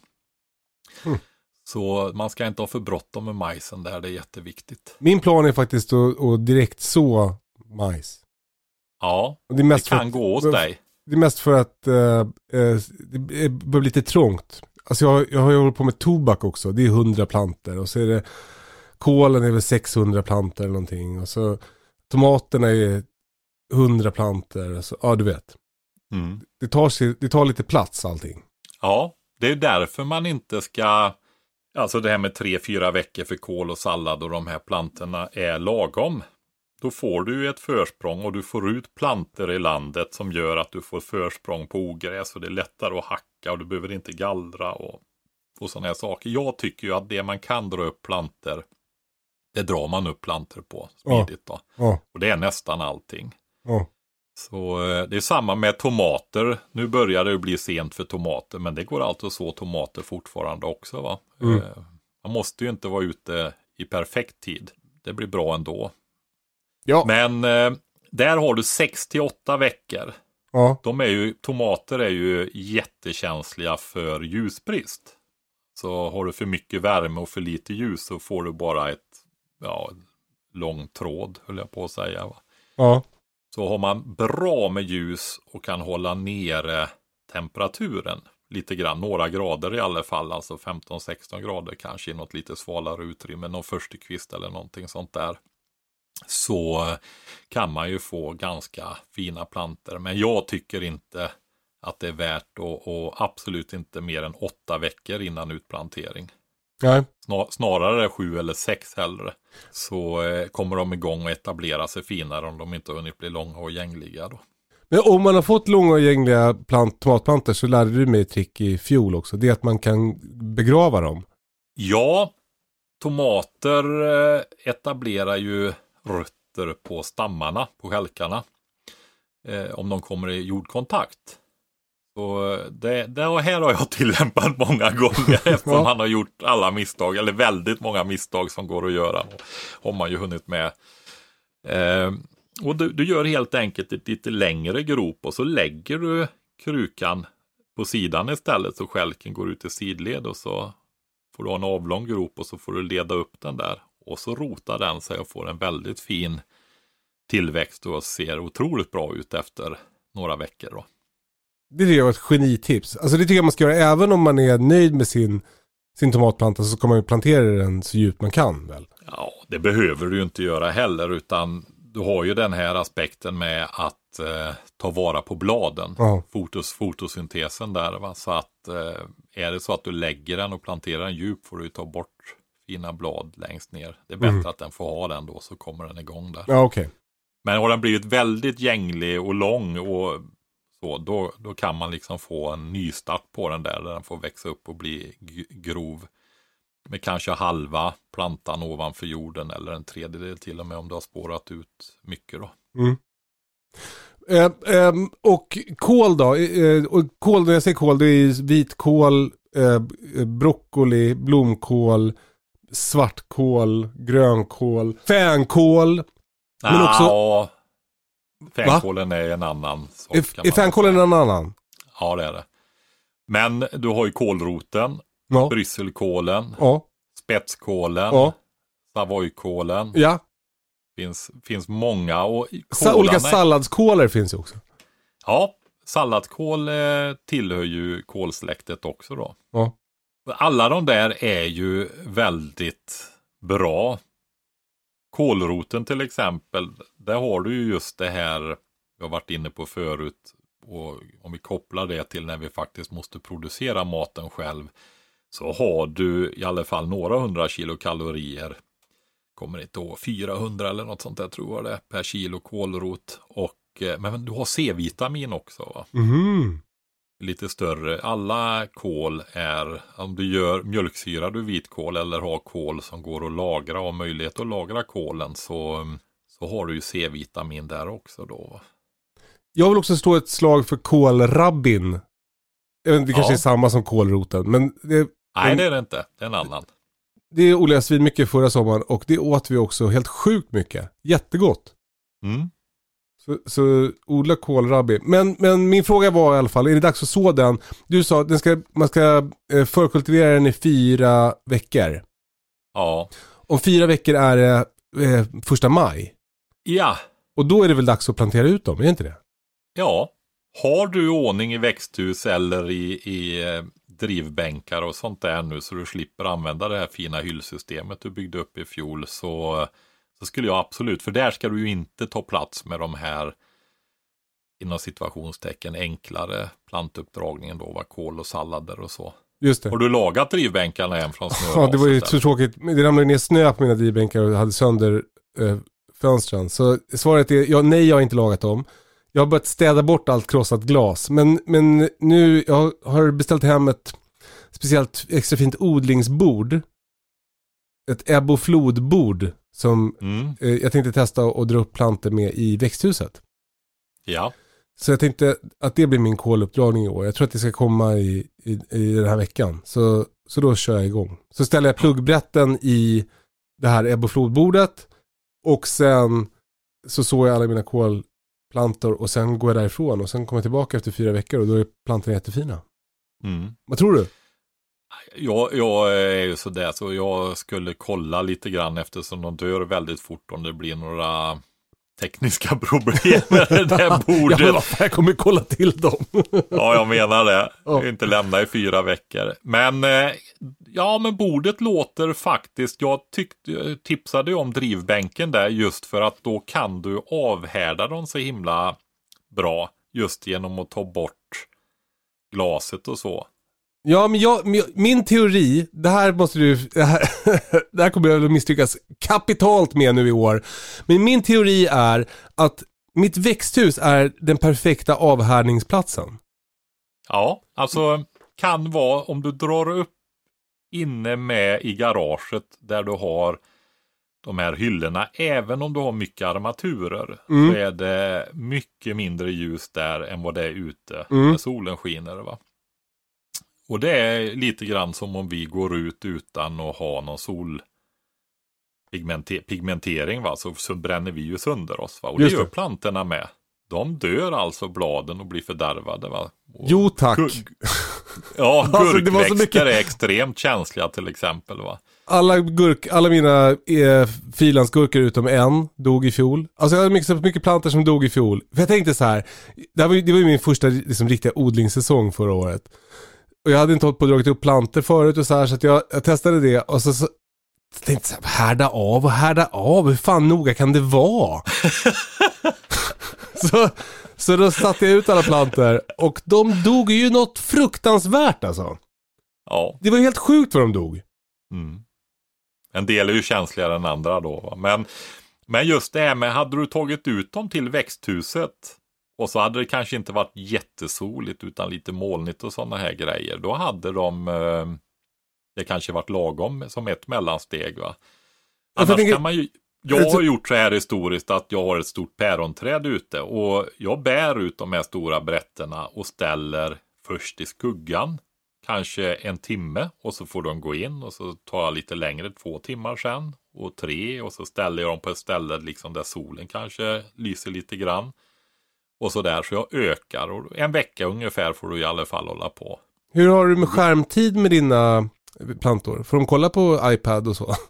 Så man ska inte ha för bråttom med majsen där, det är jätteviktigt. Min plan är faktiskt att direkt så majs. Ja, det kan gå hos dig. Det är mest för att det blir lite trångt. Alltså jag har ju hållit på med tobak också. Det är 100 planter. Och så är det kålen är väl 600 planter eller någonting. Och så tomaterna är 100 planter. Så, ja, du vet. Det tar lite plats allting. Ja, det är därför man inte ska. Alltså det här med 3-4 veckor för kål och sallad och de här plantorna är lagom. Då får du ett försprång och du får ut planter i landet som gör att du får försprång på ogräs och det är lättare att hacka och du behöver inte gallra och sådana här saker. Jag tycker ju att det man kan dra upp planter, det drar man upp planter på smidigt då. Och det är nästan allting. Så det är samma med tomater. Nu börjar det bli sent för tomater, men det går alltid att så tomater fortfarande också, va? Man måste ju inte vara ute i perfekt tid. Det blir bra ändå. Ja. Men där har du 6-8 veckor. Ja. Tomater är ju jättekänsliga för ljusbrist. Så har du för mycket värme och för lite ljus så får du bara lång tråd, höll jag på att säga, va? Ja. Så har man bra med ljus och kan hålla nere temperaturen lite grann, några grader i alla fall, alltså 15-16 grader kanske i något lite svalare utrymme, någon förstukvist eller någonting sånt där, så kan man ju få ganska fina planter. Men jag tycker inte att det är värt och absolut inte mer än 8 veckor innan utplantering. Nej. Snarare 7 eller 6 hellre. Så kommer de igång och etablera sig finare om de inte har hunnit bli långa och gängliga då. Men om man har fått långa och gängliga tomatplantor så lärde du mig ett trick i fjol också. Det är att man kan begrava dem. Ja, tomater etablerar ju rötter på stammarna, på skälkarna. Om de kommer i jordkontakt. Så här har jag tillämpat många gånger eftersom man har gjort alla misstag, eller väldigt många misstag som går att göra. Har man ju hunnit med. Och du gör helt enkelt ett lite längre grop och så lägger du krukan på sidan istället så skälken går ut i sidled och så får du ha en avlång grop och så får du leda upp den där. Och så rotar den sig och får en väldigt fin tillväxt och ser otroligt bra ut efter några veckor då. Det tycker jag var ett genitips. Alltså det tycker jag man ska göra även om man är nöjd med sin tomatplanta, så kommer man ju plantera den så djupt man kan väl? Ja, det behöver du ju inte göra heller, utan du har ju den här aspekten med att ta vara på bladen. Fotosyntesen där, va? Så att är det så att du lägger den och planterar den djup får du ta bort fina blad längst ner. Det är bättre att den får ha den då, så kommer den igång där. Ja, okej. Men har den blivit väldigt gänglig och lång och så, då kan man liksom få en nystart på den där den får växa upp och bli grov. Med kanske halva plantan ovanför jorden eller en tredjedel till och med om du har spårat ut mycket då. Och kål då? Och kål, när jag säger kål, det är vitkål, broccoli, blomkål, svartkål, grönkål, fänkål. Men också... Fänkålen är en annan sak. Är fänkålen en annan? Ja, det är det. Men du har ju kålroten, brysselkålen, spetskålen, savoykålen. Ja. Finns många. Och olika salladskålar finns ju också. Ja, salladskål tillhör ju kålsläktet också då. Ja. Alla de där är ju väldigt bra. Kålroten till exempel, där har du ju just det här vi har varit inne på förut, och om vi kopplar det till när vi faktiskt måste producera maten själv, så har du i alla fall några 100 kilokalorier, kommer inte ihåg, 400 eller något sånt där tror jag det, per kilo kålrot, men du har C-vitamin också, va? Lite större. Alla kål är, om du gör mjölksyra du vitkål eller har kål som går att lagra och möjlighet att lagra kålen, så har du ju C-vitamin där också då. Jag vill också slå ett slag för kålrabbin. Jag vet inte, det kanske är samma som kålroten, men nej, det är det inte. Det är en annan. Det odlades vi mycket förra sommaren och det åt vi också helt sjukt mycket. Jättegott. Så odla kålrabbi. Men min fråga var i alla fall, är det dags att så den? Du sa att man ska förkultivera den i 4 veckor. Ja. Om 4 veckor är det 1 maj. Ja. Och då är det väl dags att plantera ut dem, är det inte det? Ja. Har du ordning i växthus eller i drivbänkar och sånt där nu, så du slipper använda det här fina hyllsystemet du byggde upp i fjol, så skulle jag absolut, för där ska du ju inte ta plats med de här inom situationstecken enklare plantuppdragningen då, var kål och sallader och så. Just det. Har du lagat drivbänkarna än från snö? Ja, det var ju så tråkigt. Det ramlade ner snö på mina drivbänkar och hade sönder fönstren. Så svaret är, nej, jag har inte lagat dem. Jag har börjat städa bort allt krossat glas. Men nu, jag har beställt hem ett speciellt extra fint odlingsbord. Ett ebb- och flodbord som jag tänkte testa och dra upp planter med i växthuset. Ja. Så jag tänkte att det blir min koluppdragning i år. Jag tror att det ska komma i den här veckan. Så då kör jag igång. Så ställer jag pluggbrätten i det här ebb- och flodbordet. Och sen så såg jag alla mina kolplantor. Och sen går jag därifrån. Och sen kommer jag tillbaka efter 4 veckor. Och då är plantorna jättefina. Vad tror du? Jag är ju sådär, så jag skulle kolla lite grann eftersom de dör väldigt fort om det blir några tekniska problem med det där bordet. Ja, jag kommer kolla till dem. Ja, jag menar det. Jag vill inte lämna i 4 veckor. Men men bordet låter faktiskt, jag tipsade ju om drivbänken där just för att då kan du avhärda dem så himla bra just genom att ta bort glaset och så. Ja, men min teori, det här kommer jag att misslyckas kapitalt med nu i år. Men min teori är att mitt växthus är den perfekta avhärdningsplatsen. Ja, alltså kan vara om du drar upp inne med i garaget där du har de här hyllorna, även om du har mycket armaturer så är det mycket mindre ljus där än vad det är ute när solen skiner, va? Och det är lite grann som om vi går ut utan att ha någon solpigmentering, va? Så bränner vi ju sönder oss, va? Och det gör plantorna med. De dör alltså bladen och blir fördärvade, va? Och jo tack. Gurkväxter är extremt känsliga till exempel, va? Alla mina frilansgurkor utom en dog i fjol. Alltså jag hade mycket plantor som dog i fjol. För jag tänkte så här, det var ju min första liksom, riktiga odlingssäsong förra året. Och jag hade inte hållit på att dragit upp plantor förut och så här, så att jag testade det och så tänkte jag härda av, hur fan noga kan det vara? så då satte jag ut alla plantor och de dog ju något fruktansvärt alltså. Ja. Det var helt sjukt vad de dog. En del är ju känsligare än andra då, va? Men just det här med, hade du tagit ut dem till växthuset och så hade det kanske inte varit jättesoligt utan lite molnigt och sådana här grejer. Då hade det kanske varit lagom som ett mellansteg, va? Annars kan man ju... Jag har gjort så här historiskt att jag har ett stort päronträd ute och jag bär ut de här stora brätterna och ställer först i skuggan kanske 1 timme och så får de gå in och så tar jag lite längre 2 timmar sen och 3 och så ställer jag dem på ett ställe liksom där solen kanske lyser lite grann. Och så där, så jag ökar. Och 1 vecka ungefär får du i alla fall hålla på. Hur har du med skärmtid med dina plantor? Får de kolla på iPad och så?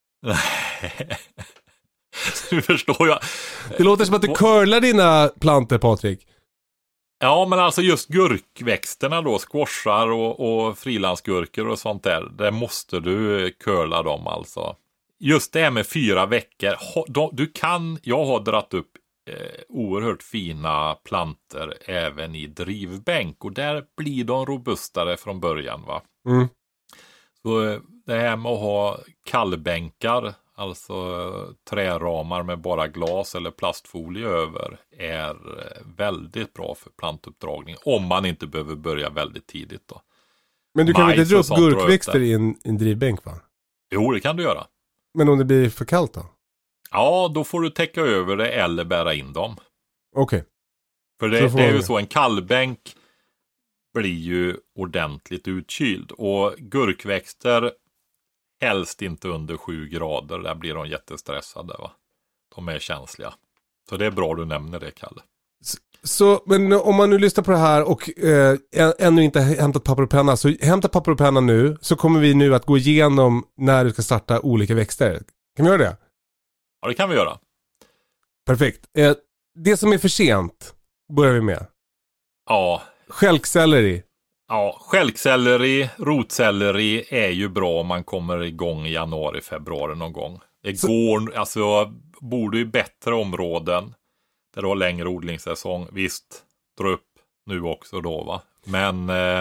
Nu förstår jag. Det låter som att du curlar dina plantor, Patrik. Ja, men alltså just gurkväxterna då, squashar och frilansgurkor och sånt där måste du curla dem alltså. Just det med 4 veckor. Jag har dratt upp oerhört fina planter även i drivbänk och där blir de robustare från början, va? Så det här med att ha kallbänkar, alltså träramar med bara glas eller plastfolie över, är väldigt bra för plantuppdragning om man inte behöver börja väldigt tidigt då. Men du kan inte dra upp gurkväxter i en drivbänk, va? Jo, det kan du göra. Men om det blir för kallt då? Ja, då får du täcka över det eller bära in dem. Okej. För det är ju så, en kallbänk blir ju ordentligt utkyld. Och gurkväxter helst inte under 7 grader. Där blir de jättestressade, va? De är känsliga. Så det är bra du nämner det, Kalle. Så, men om man nu lyssnar på det här och ännu inte hämtat papper och penna, så hämta papper och penna nu, så kommer vi nu att gå igenom när du ska starta olika växter. Kan vi göra det? Ja, det kan vi göra. Perfekt. Det som är för sent börjar vi med. Ja. Stjälkselleri. Ja, stjälkselleri, rotselleri är ju bra om man kommer igång i januari, februari någon gång. Bor du i bättre områden där du har längre odlingssäsong, visst, dra upp nu också då, va? Men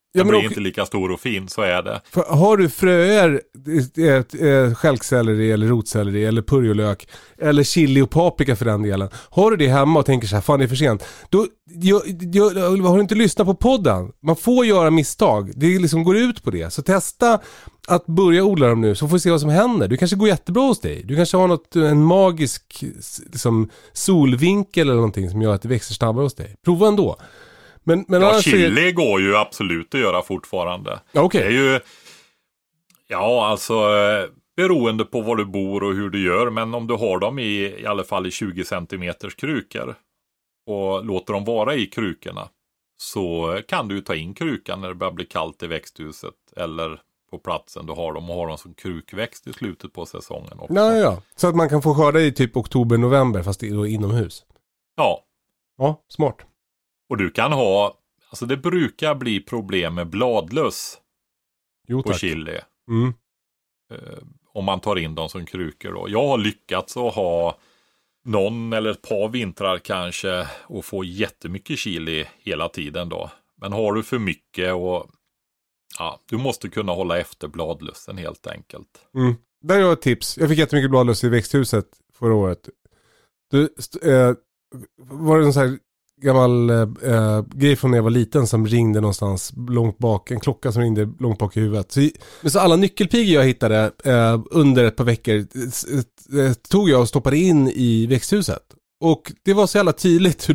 Den blir inte lika stor och fin, så är det. För har du fröer, stjälkselleri eller rotselleri eller purjolök eller chili och paprika för den delen. Har du det hemma och tänker så här, fan det är för sent. Då har du inte lyssnat på podden. Man får göra misstag. Det liksom går ut på det. Så testa att börja odla dem nu, så får vi se vad som händer. Du kanske går jättebra hos dig. Du kanske har en magisk liksom, solvinkel eller någonting som gör att det växer snabbare hos dig. Prova ändå. Men chili går ju absolut att göra fortfarande. Ja, okay. Det är ju, beroende på var du bor och hur du gör. Men om du har dem i alla fall i 20 centimeters krukor och låter dem vara i krukorna, så kan du ta in krukan när det börjar bli kallt i växthuset eller på platsen du har dem, och har dem som krukväxt i slutet på säsongen också. Ja. Så att man kan få skörda i typ oktober-november fast inomhus. Ja. Ja, smart. Och du kan ha, alltså det brukar bli problem med bladlöss på chili. Mm. Om man tar in dem som krukor då. Jag har lyckats att ha någon eller ett par vintrar kanske och få jättemycket chili hela tiden då. Men har du för mycket och du måste kunna hålla efter bladlössen helt enkelt. Mm. Där har jag ett tips. Jag fick jättemycket bladlöss i växthuset förra året. Var det en sån här gammal grej från när jag var liten som ringde någonstans långt bak, en klocka som ringde långt bak i huvudet. Så alla nyckelpigor jag hittade under ett par veckor tog jag och stoppade in i växthuset. Och det var så jävla tydligt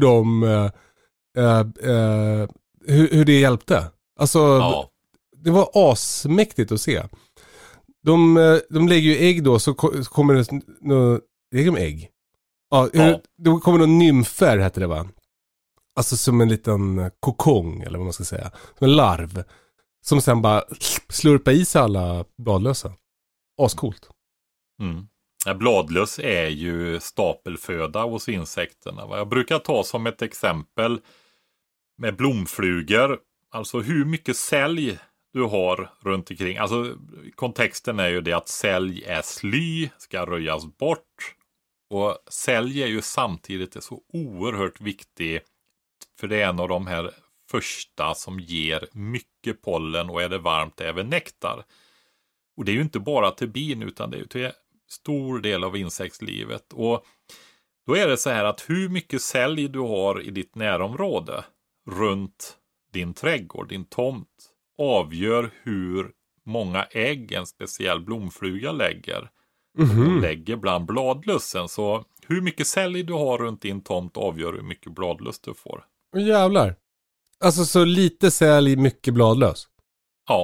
hur det hjälpte. Alltså det var asmäktigt att se. De lägger ju ägg då, så kommer det lägger de ägg. Då kommer det nymfer, heter det va? Alltså som en liten kokong, eller vad man ska säga. Som en larv. Som sen bara slurpar i sig alla bladlösa. Ascoolt. Mm. Bladlöss är ju stapelföda hos insekterna. Jag brukar ta som ett exempel med blomflugor. Alltså hur mycket sälj du har runt omkring. Alltså kontexten är ju det att sälj är sly, ska röjas bort. Och sälj är ju samtidigt så oerhört viktig, för det är en av de här första som ger mycket pollen, och är det varmt även nektar. Och det är ju inte bara till bin, utan det är ju till stor del av insektslivet. Och då är det så här att hur mycket sälj du har i ditt närområde runt din trädgård, din tomt, avgör hur många ägg en speciell blomfluga lägger. Och lägger bland bladlössen. Så hur mycket sälj du har runt din tomt avgör hur mycket bladlöss du får. Jävlar. Alltså så lite sälj, mycket bladlöss. Ja.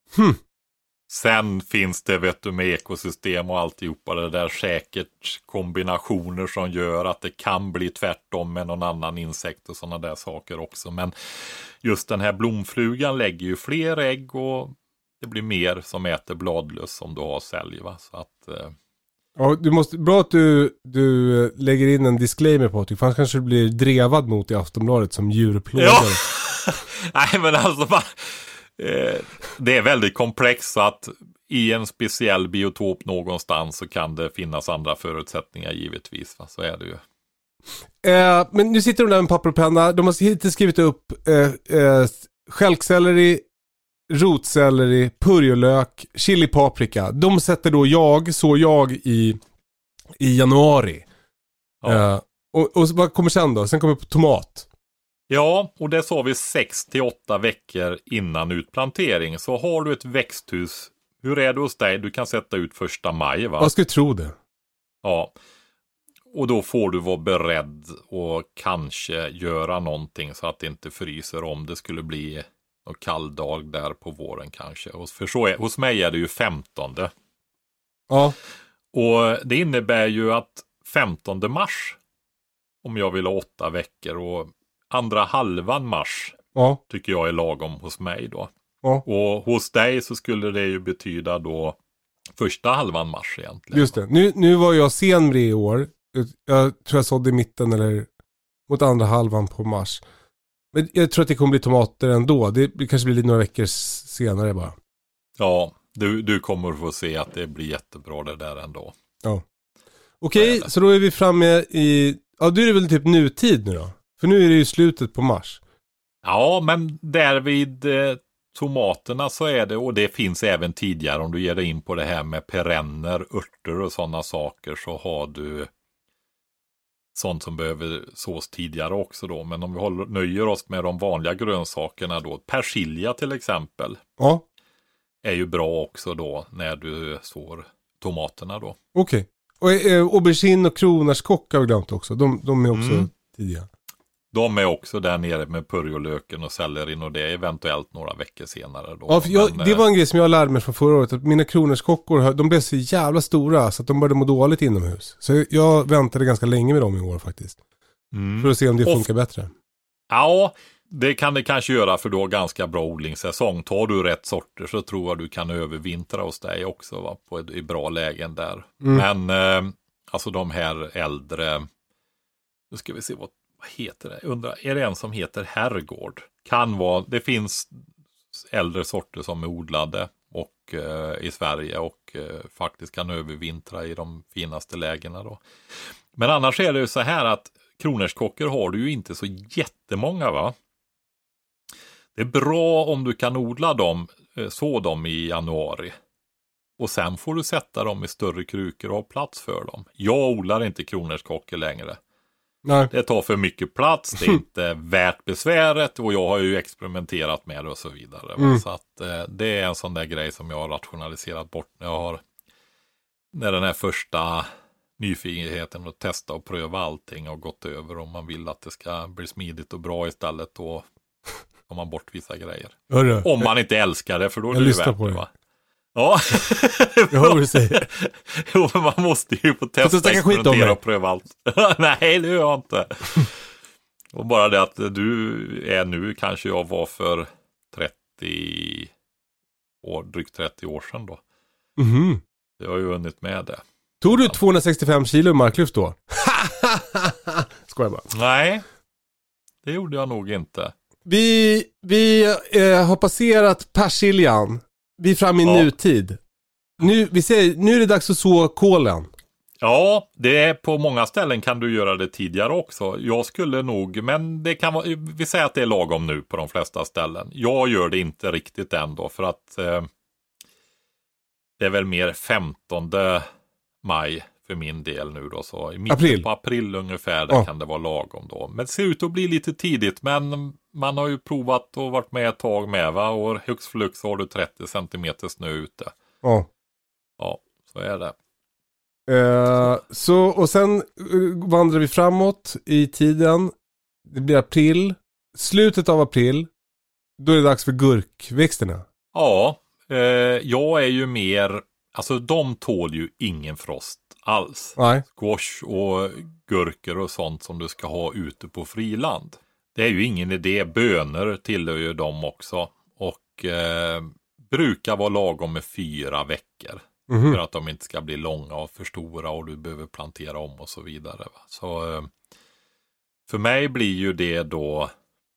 Sen finns det med ekosystem och alltihopa det där säkert kombinationer som gör att det kan bli tvärtom med någon annan insekt och sådana där saker också. Men just den här blomflugan lägger ju fler ägg, och det blir mer som äter bladlöss om du har sälj, va? Så att ja, bra att du lägger in en disclaimer på det. För annars kanske du blir drevad mot i Aftonbladet som djurplågare. Ja. Nej, men alltså det är väldigt komplext, så att i en speciell biotop någonstans så kan det finnas andra förutsättningar givetvis, va? Så är det ju. Men nu sitter de där med papper och penna. De har hittills skrivit upp stjälkselleri, rotselleri, purjolök, chili paprika. De sätter då jag i januari. Ja. Och vad kommer sen då? Sen kommer tomat. Ja, och det sa vi 6-8 veckor innan utplantering. Så har du ett växthus, hur är det hos dig? Du kan sätta ut 1 maj, va? Jag skulle tro det. Ja. Och då får du vara beredd och kanske göra någonting så att det inte fryser om det skulle bli någon kall dag där på våren kanske. För så hos mig är det ju 15. Ja. Och det innebär ju att 15 mars, om jag vill ha 8 veckor, och andra halvan mars tycker jag är lagom hos mig då. Ja. Och hos dig så skulle det ju betyda då första halvan mars egentligen. Just det. Nu var jag senare i år. Jag tror jag sådde i mitten eller mot andra halvan på mars. Men jag tror att det kommer bli tomater ändå. Det kanske blir några veckor senare bara. Ja, du kommer få se att det blir jättebra det där ändå. Ja. Okej, så då är vi framme i... Ja, då är det väl typ nutid nu då? För nu är det ju slutet på mars. Ja, men där vid tomaterna så är det, och det finns även tidigare om du ger dig in på det här med perenner, örter och sådana saker, så har du sånt som behöver sås tidigare också då. Men om vi nöjer oss med de vanliga grönsakerna då, persilja till exempel, är ju bra också då när du sår tomaterna då. Okej. Och aubergine och kronärtskock har vi glömt också. De är också tidiga. De är också där nere med purjolöken och sellerin, och det är eventuellt några veckor senare då. Ja, för det var en grej som jag lärde mig från förra året, att mina kronärtskockor, de blev så jävla stora så att de började må dåligt inomhus. Så jag väntade ganska länge med dem i år faktiskt. För att se om det funkar bättre. Ja, det kan det kanske göra, för då ganska bra odlingssäsong. Tar du rätt sorter så tror jag du kan övervintra hos dig också, va? I bra lägen där. Men alltså de här äldre, nu ska vi se vad heter det? Undrar, är det en som heter Herrgård? Kan vara, det finns äldre sorter som är odlade och i Sverige och faktiskt kan övervintra i de finaste lägena då. Men annars är det ju så här att kronärtskockor har du ju inte så jättemånga, va? Det är bra om du kan odla dem, så dem i januari. Och sen får du sätta dem i större krukor och ha plats för dem. Jag odlar inte kronärtskockor längre. Nej. Det tar för mycket plats, det är inte värt besväret, och jag har ju experimenterat med det och så vidare. Så att det är en sån där grej som jag har rationaliserat bort när den här första nyfikenheten att testa och pröva allting har gått över. Om man vill att det ska bli smidigt och bra istället, då tar man bort vissa grejer. Hörru. Om man inte älskar det, för då är jag det ju värt på det, va? Ja, jag hör vad du säger. Jo, men man måste ju få testa, experimentera och pröva allt. Nej, det gör jag inte. Och bara det att du är nu, kanske jag var för 30 år, drygt 30 år sedan då. Jag har ju vunnit med det. Tog du 265 kilo marklyft då? Skojar bara. Nej, det gjorde jag nog inte. Vi har passerat persiljan. Vi är framme i nutid. Nu är det dags att så kålen. Ja, det är på många ställen kan du göra det tidigare också. Jag skulle nog, men det kan vara, vi säger att det är lagom nu på de flesta ställen. Jag gör det inte riktigt ändå, för att det är väl mer 15 maj för min del nu då. Så i mitten på april ungefär, där kan det vara lagom då. Men det ser ut att bli lite tidigt, men man har ju provat och varit med ett tag med, va? Och högst flux har du 30 centimeter snö ute. Ja, så är det. Så, och sen vandrar vi framåt i tiden. Det blir april. Slutet av april. Då är det dags för gurkväxterna. Ja, jag är ju mer, alltså de tål ju ingen frost alls. Nej. Squash och gurkor och sånt som du ska ha ute på friland. Det är ju ingen idé. Bönor tillhör ju dem också. Och brukar vara lagom med 4 veckor. För att de inte ska bli långa och för stora och du behöver plantera om och så vidare. Va? Så för mig blir ju det då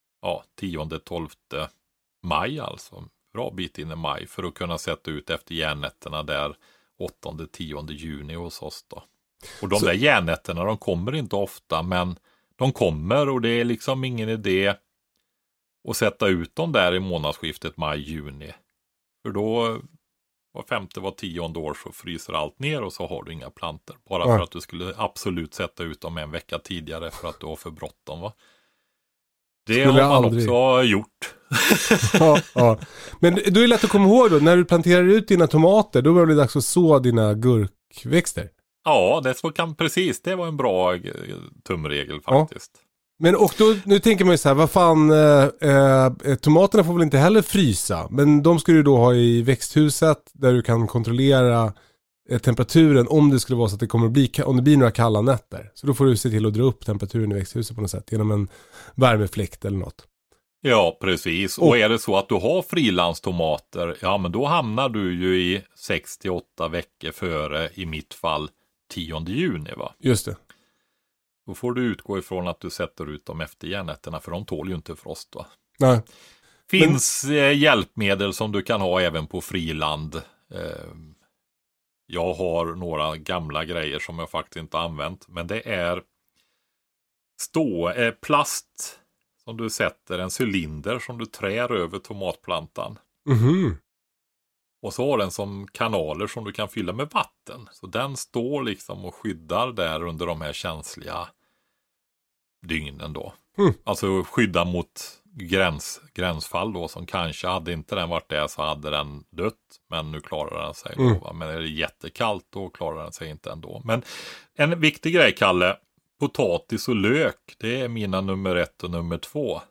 10-12 maj alltså. Bra bit in i maj för att kunna sätta ut efter järnnätterna där 8-10 juni hos oss då. Och de där järnnätterna, de kommer inte ofta, men de kommer, och det är liksom ingen idé att sätta ut dem där i månadsskiftet maj-juni. För då var 5:e, var 10:e år så fryser allt ner och så har du inga planter. Bara för att du skulle absolut sätta ut dem en vecka tidigare för att du har för bråttom, va? Det skulle har man också gjort. Ja. Men då är det lätt att komma ihåg då, när du planterar ut dina tomater, då börjar det dags att så dina gurkväxter. Ja, precis. Det var en bra tumregel faktiskt. Ja. Men och då, nu tänker man ju så här, vad fan, tomaterna får väl inte heller frysa, men de ska du då ha i växthuset där du kan kontrollera temperaturen om det skulle vara så att det kommer att bli, om det blir några kalla nätter. Så då får du se till att dra upp temperaturen i växthuset på något sätt genom en värmefläkt eller något. Ja, precis. Och är det så att du har frilandstomater, ja men då hamnar du ju i 6-8 veckor före, i mitt fall 10 juni, va? Just det. Då får du utgå ifrån att du sätter ut dem efter järnnätterna, för de tål ju inte frost, va? Nej. Finns hjälpmedel som du kan ha även på friland. Jag har några gamla grejer som jag faktiskt inte använt, men det är plast som du sätter, en cylinder som du trär över tomatplantan. Mhm. Och så har den som kanaler som du kan fylla med vatten. Så den står liksom och skyddar där under de här känsliga dygnen då. Alltså skydda mot gränsfall då, som kanske hade inte den varit där så hade den dött, men nu klarar den sig då, va? Men är det jättekallt då klarar den sig inte ändå. Men en viktig grej, Kalle, potatis och lök, det är mina nummer 1 och nummer 2.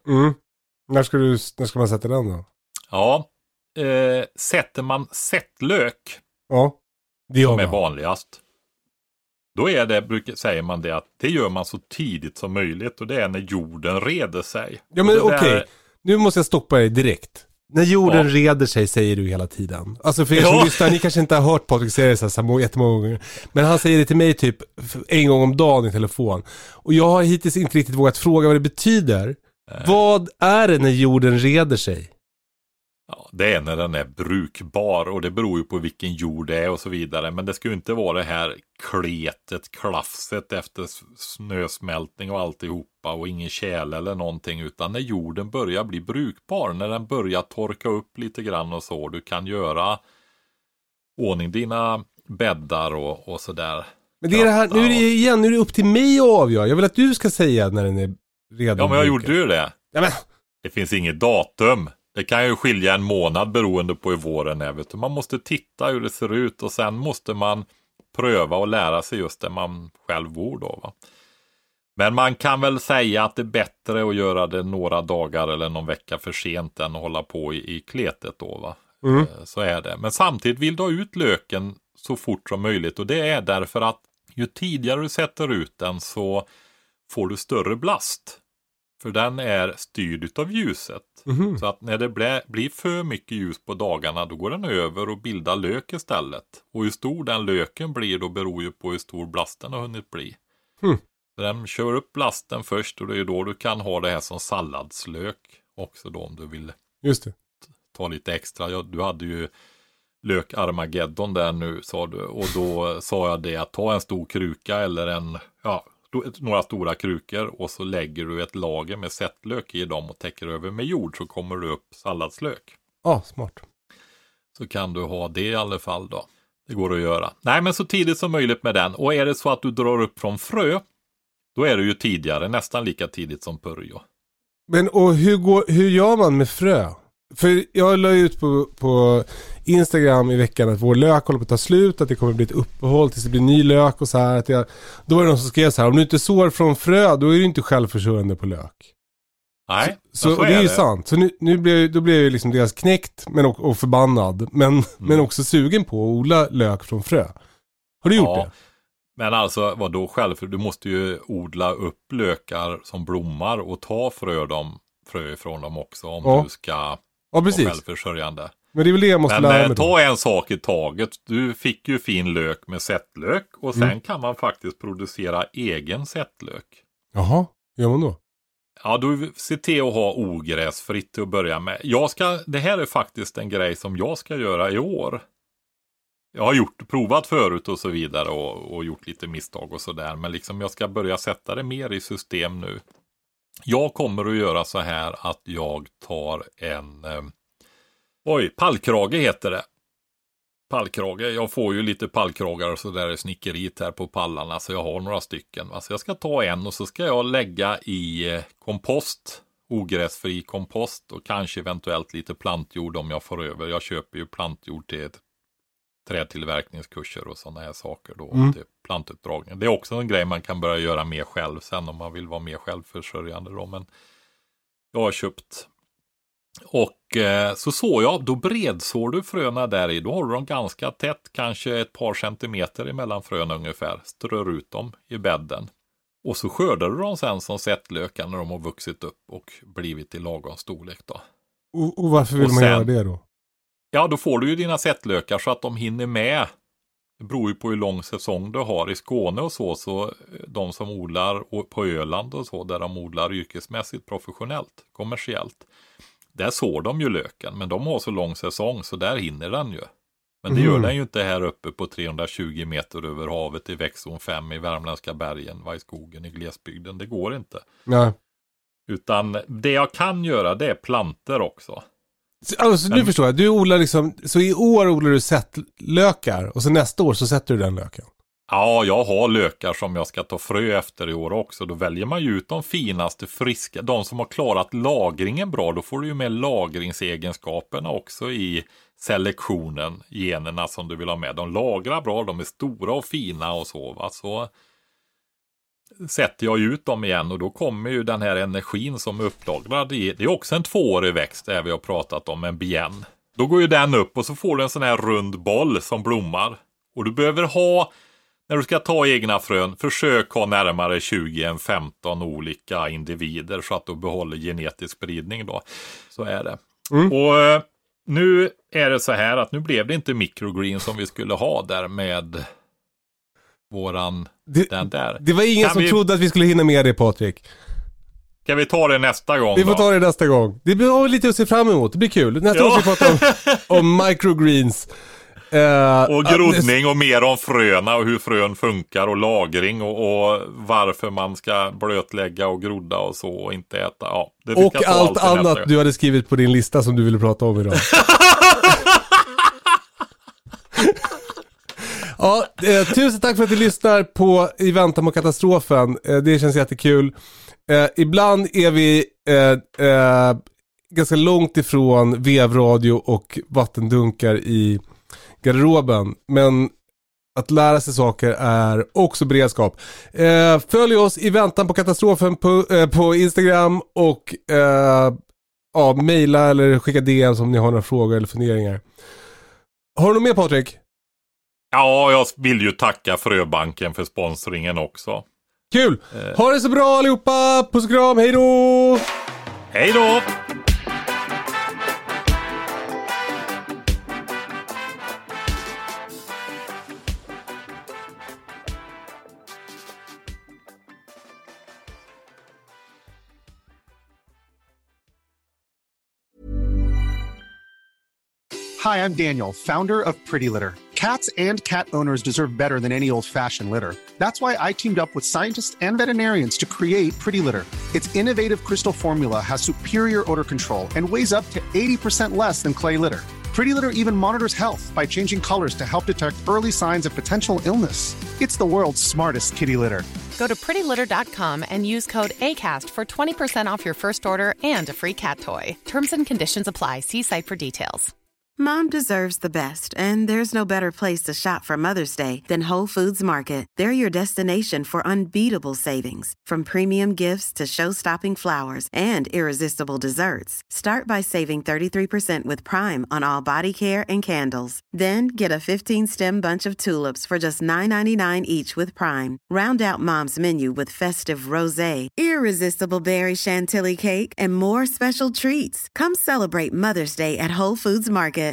När ska man sätta den då? Ja, sätter man sättlök, Ja, det som är vanligast, då är det, säger man det, att det gör man så tidigt som möjligt, och det är när jorden reder sig. Ja, men okej. Nu måste jag stoppa dig direkt. När jorden reder sig, säger du hela tiden. Alltså för er som lyssnar, ni kanske inte har hört Patrik säga det så här jättemånga gånger. Men han säger det till mig typ en gång om dagen i telefon. Och jag har hittills inte riktigt vågat fråga vad det betyder. Vad är det när jorden reder sig? Ja, det är när den är brukbar, och det beror ju på vilken jord det är och så vidare. Men det ska ju inte vara det här klafset efter snösmältning och alltihopa och ingen tjäle eller någonting, utan när jorden börjar bli brukbar, när den börjar torka upp lite grann och så. Du kan göra ordning dina bäddar och sådär. Men det är det här, nu är det upp till mig att avgöra. Jag vill att du ska säga när den är redan. Ja, men jag gjorde ju det. Ja, men. Det finns inget datum. Det kan ju skilja en månad beroende på hur våren är. Vet du. Man måste titta hur det ser ut, och sen måste man pröva och lära sig just där man själv bor då, va? Men man kan väl säga att det är bättre att göra det några dagar eller någon vecka för sent än att hålla på i kletet då, va? Så är det. Men samtidigt vill du ha ut löken så fort som möjligt, och det är därför att ju tidigare du sätter ut den så får du större blast. För den är styrd av ljuset. Så att när det blir för mycket ljus på dagarna, då går den över och bildar lök istället. Och hur stor den löken blir då beror ju på hur stor blasten har hunnit bli. Så den kör upp blasten först, och det är då du kan ha det här som salladslök också då, om du vill ta lite extra. Ja, du hade ju lök Armageddon där nu, sa du. Och då sa jag det, att ta en stor kruka eller några stora krukor, och så lägger du ett lager med sättlök i dem och täcker över med jord, så kommer du upp salladslök. Ja, smart. Så kan du ha det i alla fall då. Det går att göra. Nej, men så tidigt som möjligt med den. Och är det så att du drar upp från frö, då är det ju tidigare, nästan lika tidigt som purjo. Men och hur gör man med frö? För jag la ut på Instagram i veckan att vår lök håller på att ta slut, att det kommer bli ett uppehåll tills det blir ny lök och så här. Då var det någon som skrev så här: om du inte sår från frö, då är du inte självförsörjande på lök. Nej, så det är ju sant. Så nu blev jag liksom deras knäckt och förbannad, men också sugen på att odla lök från frö. Har du gjort det? Men alltså, vadå själv? För du måste ju odla upp lökar som blommar och ta frö ifrån dem också om du ska vara självförsörjande. Men det är väl det jag måste lära mig. Ta en sak i taget. Du fick ju fin lök med sättlök, och sen kan man faktiskt producera egen sättlök. Jaha, gör man då? Ja, du ser till att ha ogräsfritt till att börja med. Det här är faktiskt en grej som jag ska göra i år. Jag har provat förut och så vidare och gjort lite misstag och sådär. Men liksom jag ska börja sätta det mer i system nu. Jag kommer att göra så här att jag tar en... pallkrage heter det. Pallkrage. Jag får ju lite pallkragar och så där i snickeriet här på pallarna, så jag har några stycken. Alltså jag ska ta en, och så ska jag lägga i kompost. Ogräsfri kompost, och kanske eventuellt lite plantjord om jag får över. Jag köper ju plantjord till trätillverkningskurser och sådana här saker då, till plantuppdragning. Det är också en grej man kan börja göra mer själv sen om man vill vara mer självförsörjande då, men jag har köpt. Och så såg jag, då bredsår du fröna där i, då har du dem ganska tätt, kanske ett par centimeter emellan fröna ungefär, strör ut dem i bädden. Och så skördar du dem sen som sättlökar när de har vuxit upp och blivit i lagom storlek då. Och varför vill man göra det då? Ja, då får du ju dina sättlökar så att de hinner med. Det beror ju på hur lång säsong du har i Skåne och så de som odlar på Öland och så, där de odlar yrkesmässigt, professionellt, kommersiellt. Där sår de ju löken, men de har så lång säsong så där hinner den ju. Men det gör den ju inte här uppe på 320 meter över havet i växtzon 5 i värmländska bergen, i skogen, i glesbygden. Det går inte. Nej. Utan det jag kan göra, det är planter också. Alltså, nu förstår jag, du odlar liksom, så i år odlar du sättlökar och så nästa år så sätter du den löken. Ja, jag har lökar som jag ska ta frö efter i år också. Då väljer man ju ut de finaste, friska, de som har klarat lagringen bra. Då får du ju med lagringsegenskaperna också i selektionen, generna som du vill ha med. De lagrar bra, de är stora och fina och så, va? Så sätter jag ut dem igen och då kommer ju den här energin som är upplagrad i. Det är också en 2-årig växt, det vi har pratat om, en bien. Då går ju den upp och så får du en sån här rund boll som blommar. Och du behöver ha, när du ska ta egna frön, försök ha närmare 20-15 olika individer så att du behåller genetisk spridning då. Så är det. Och nu är det så här att nu blev det inte microgreen som vi skulle ha där med våran, den där. Det var ingen som trodde att vi skulle hinna med det, Patrik. Ska vi ta det nästa gång? Vi får ta det nästa gång. Det blir lite att se fram emot, det blir kul. Nästa gång ska vi prata om microgreens. Och groddning och mer om fröna och hur frön funkar och lagring och varför man ska blötlägga och grodda och så och inte äta. Ja, det och allt annat du hade skrivit på din lista som du ville prata om idag. Ja, tusen tack för att du lyssnar på I väntan på katastrofen. Det känns jättekul. Ibland är vi ganska långt ifrån vevradio och vattendunkar i garderoben, men att lära sig saker är också beredskap. Följ oss I väntan på katastrofen på Instagram och mejla eller skicka DM om ni har några frågor eller funderingar. Har du något mer, Patrik? Ja, jag vill ju tacka Fröbanken för sponsringen också. Kul! Ha det så bra allihopa! Puss och kram, hej då! Hej då! Hi, I'm Daniel, founder of Pretty Litter. Cats and cat owners deserve better than any old-fashioned litter. That's why I teamed up with scientists and veterinarians to create Pretty Litter. Its innovative crystal formula has superior odor control and weighs up to 80% less than clay litter. Pretty Litter even monitors health by changing colors to help detect early signs of potential illness. It's the world's smartest kitty litter. Go to prettylitter.com and use code ACAST for 20% off your first order and a free cat toy. Terms and conditions apply. See site for details. Mom deserves the best, and there's no better place to shop for Mother's Day than Whole Foods Market. They're your destination for unbeatable savings, from premium gifts to show-stopping flowers and irresistible desserts. Start by saving 33% with Prime on all body care and candles. Then get a 15-stem bunch of tulips for just $9.99 each with Prime. Round out Mom's menu with festive rosé, irresistible berry chantilly cake, and more special treats. Come celebrate Mother's Day at Whole Foods Market.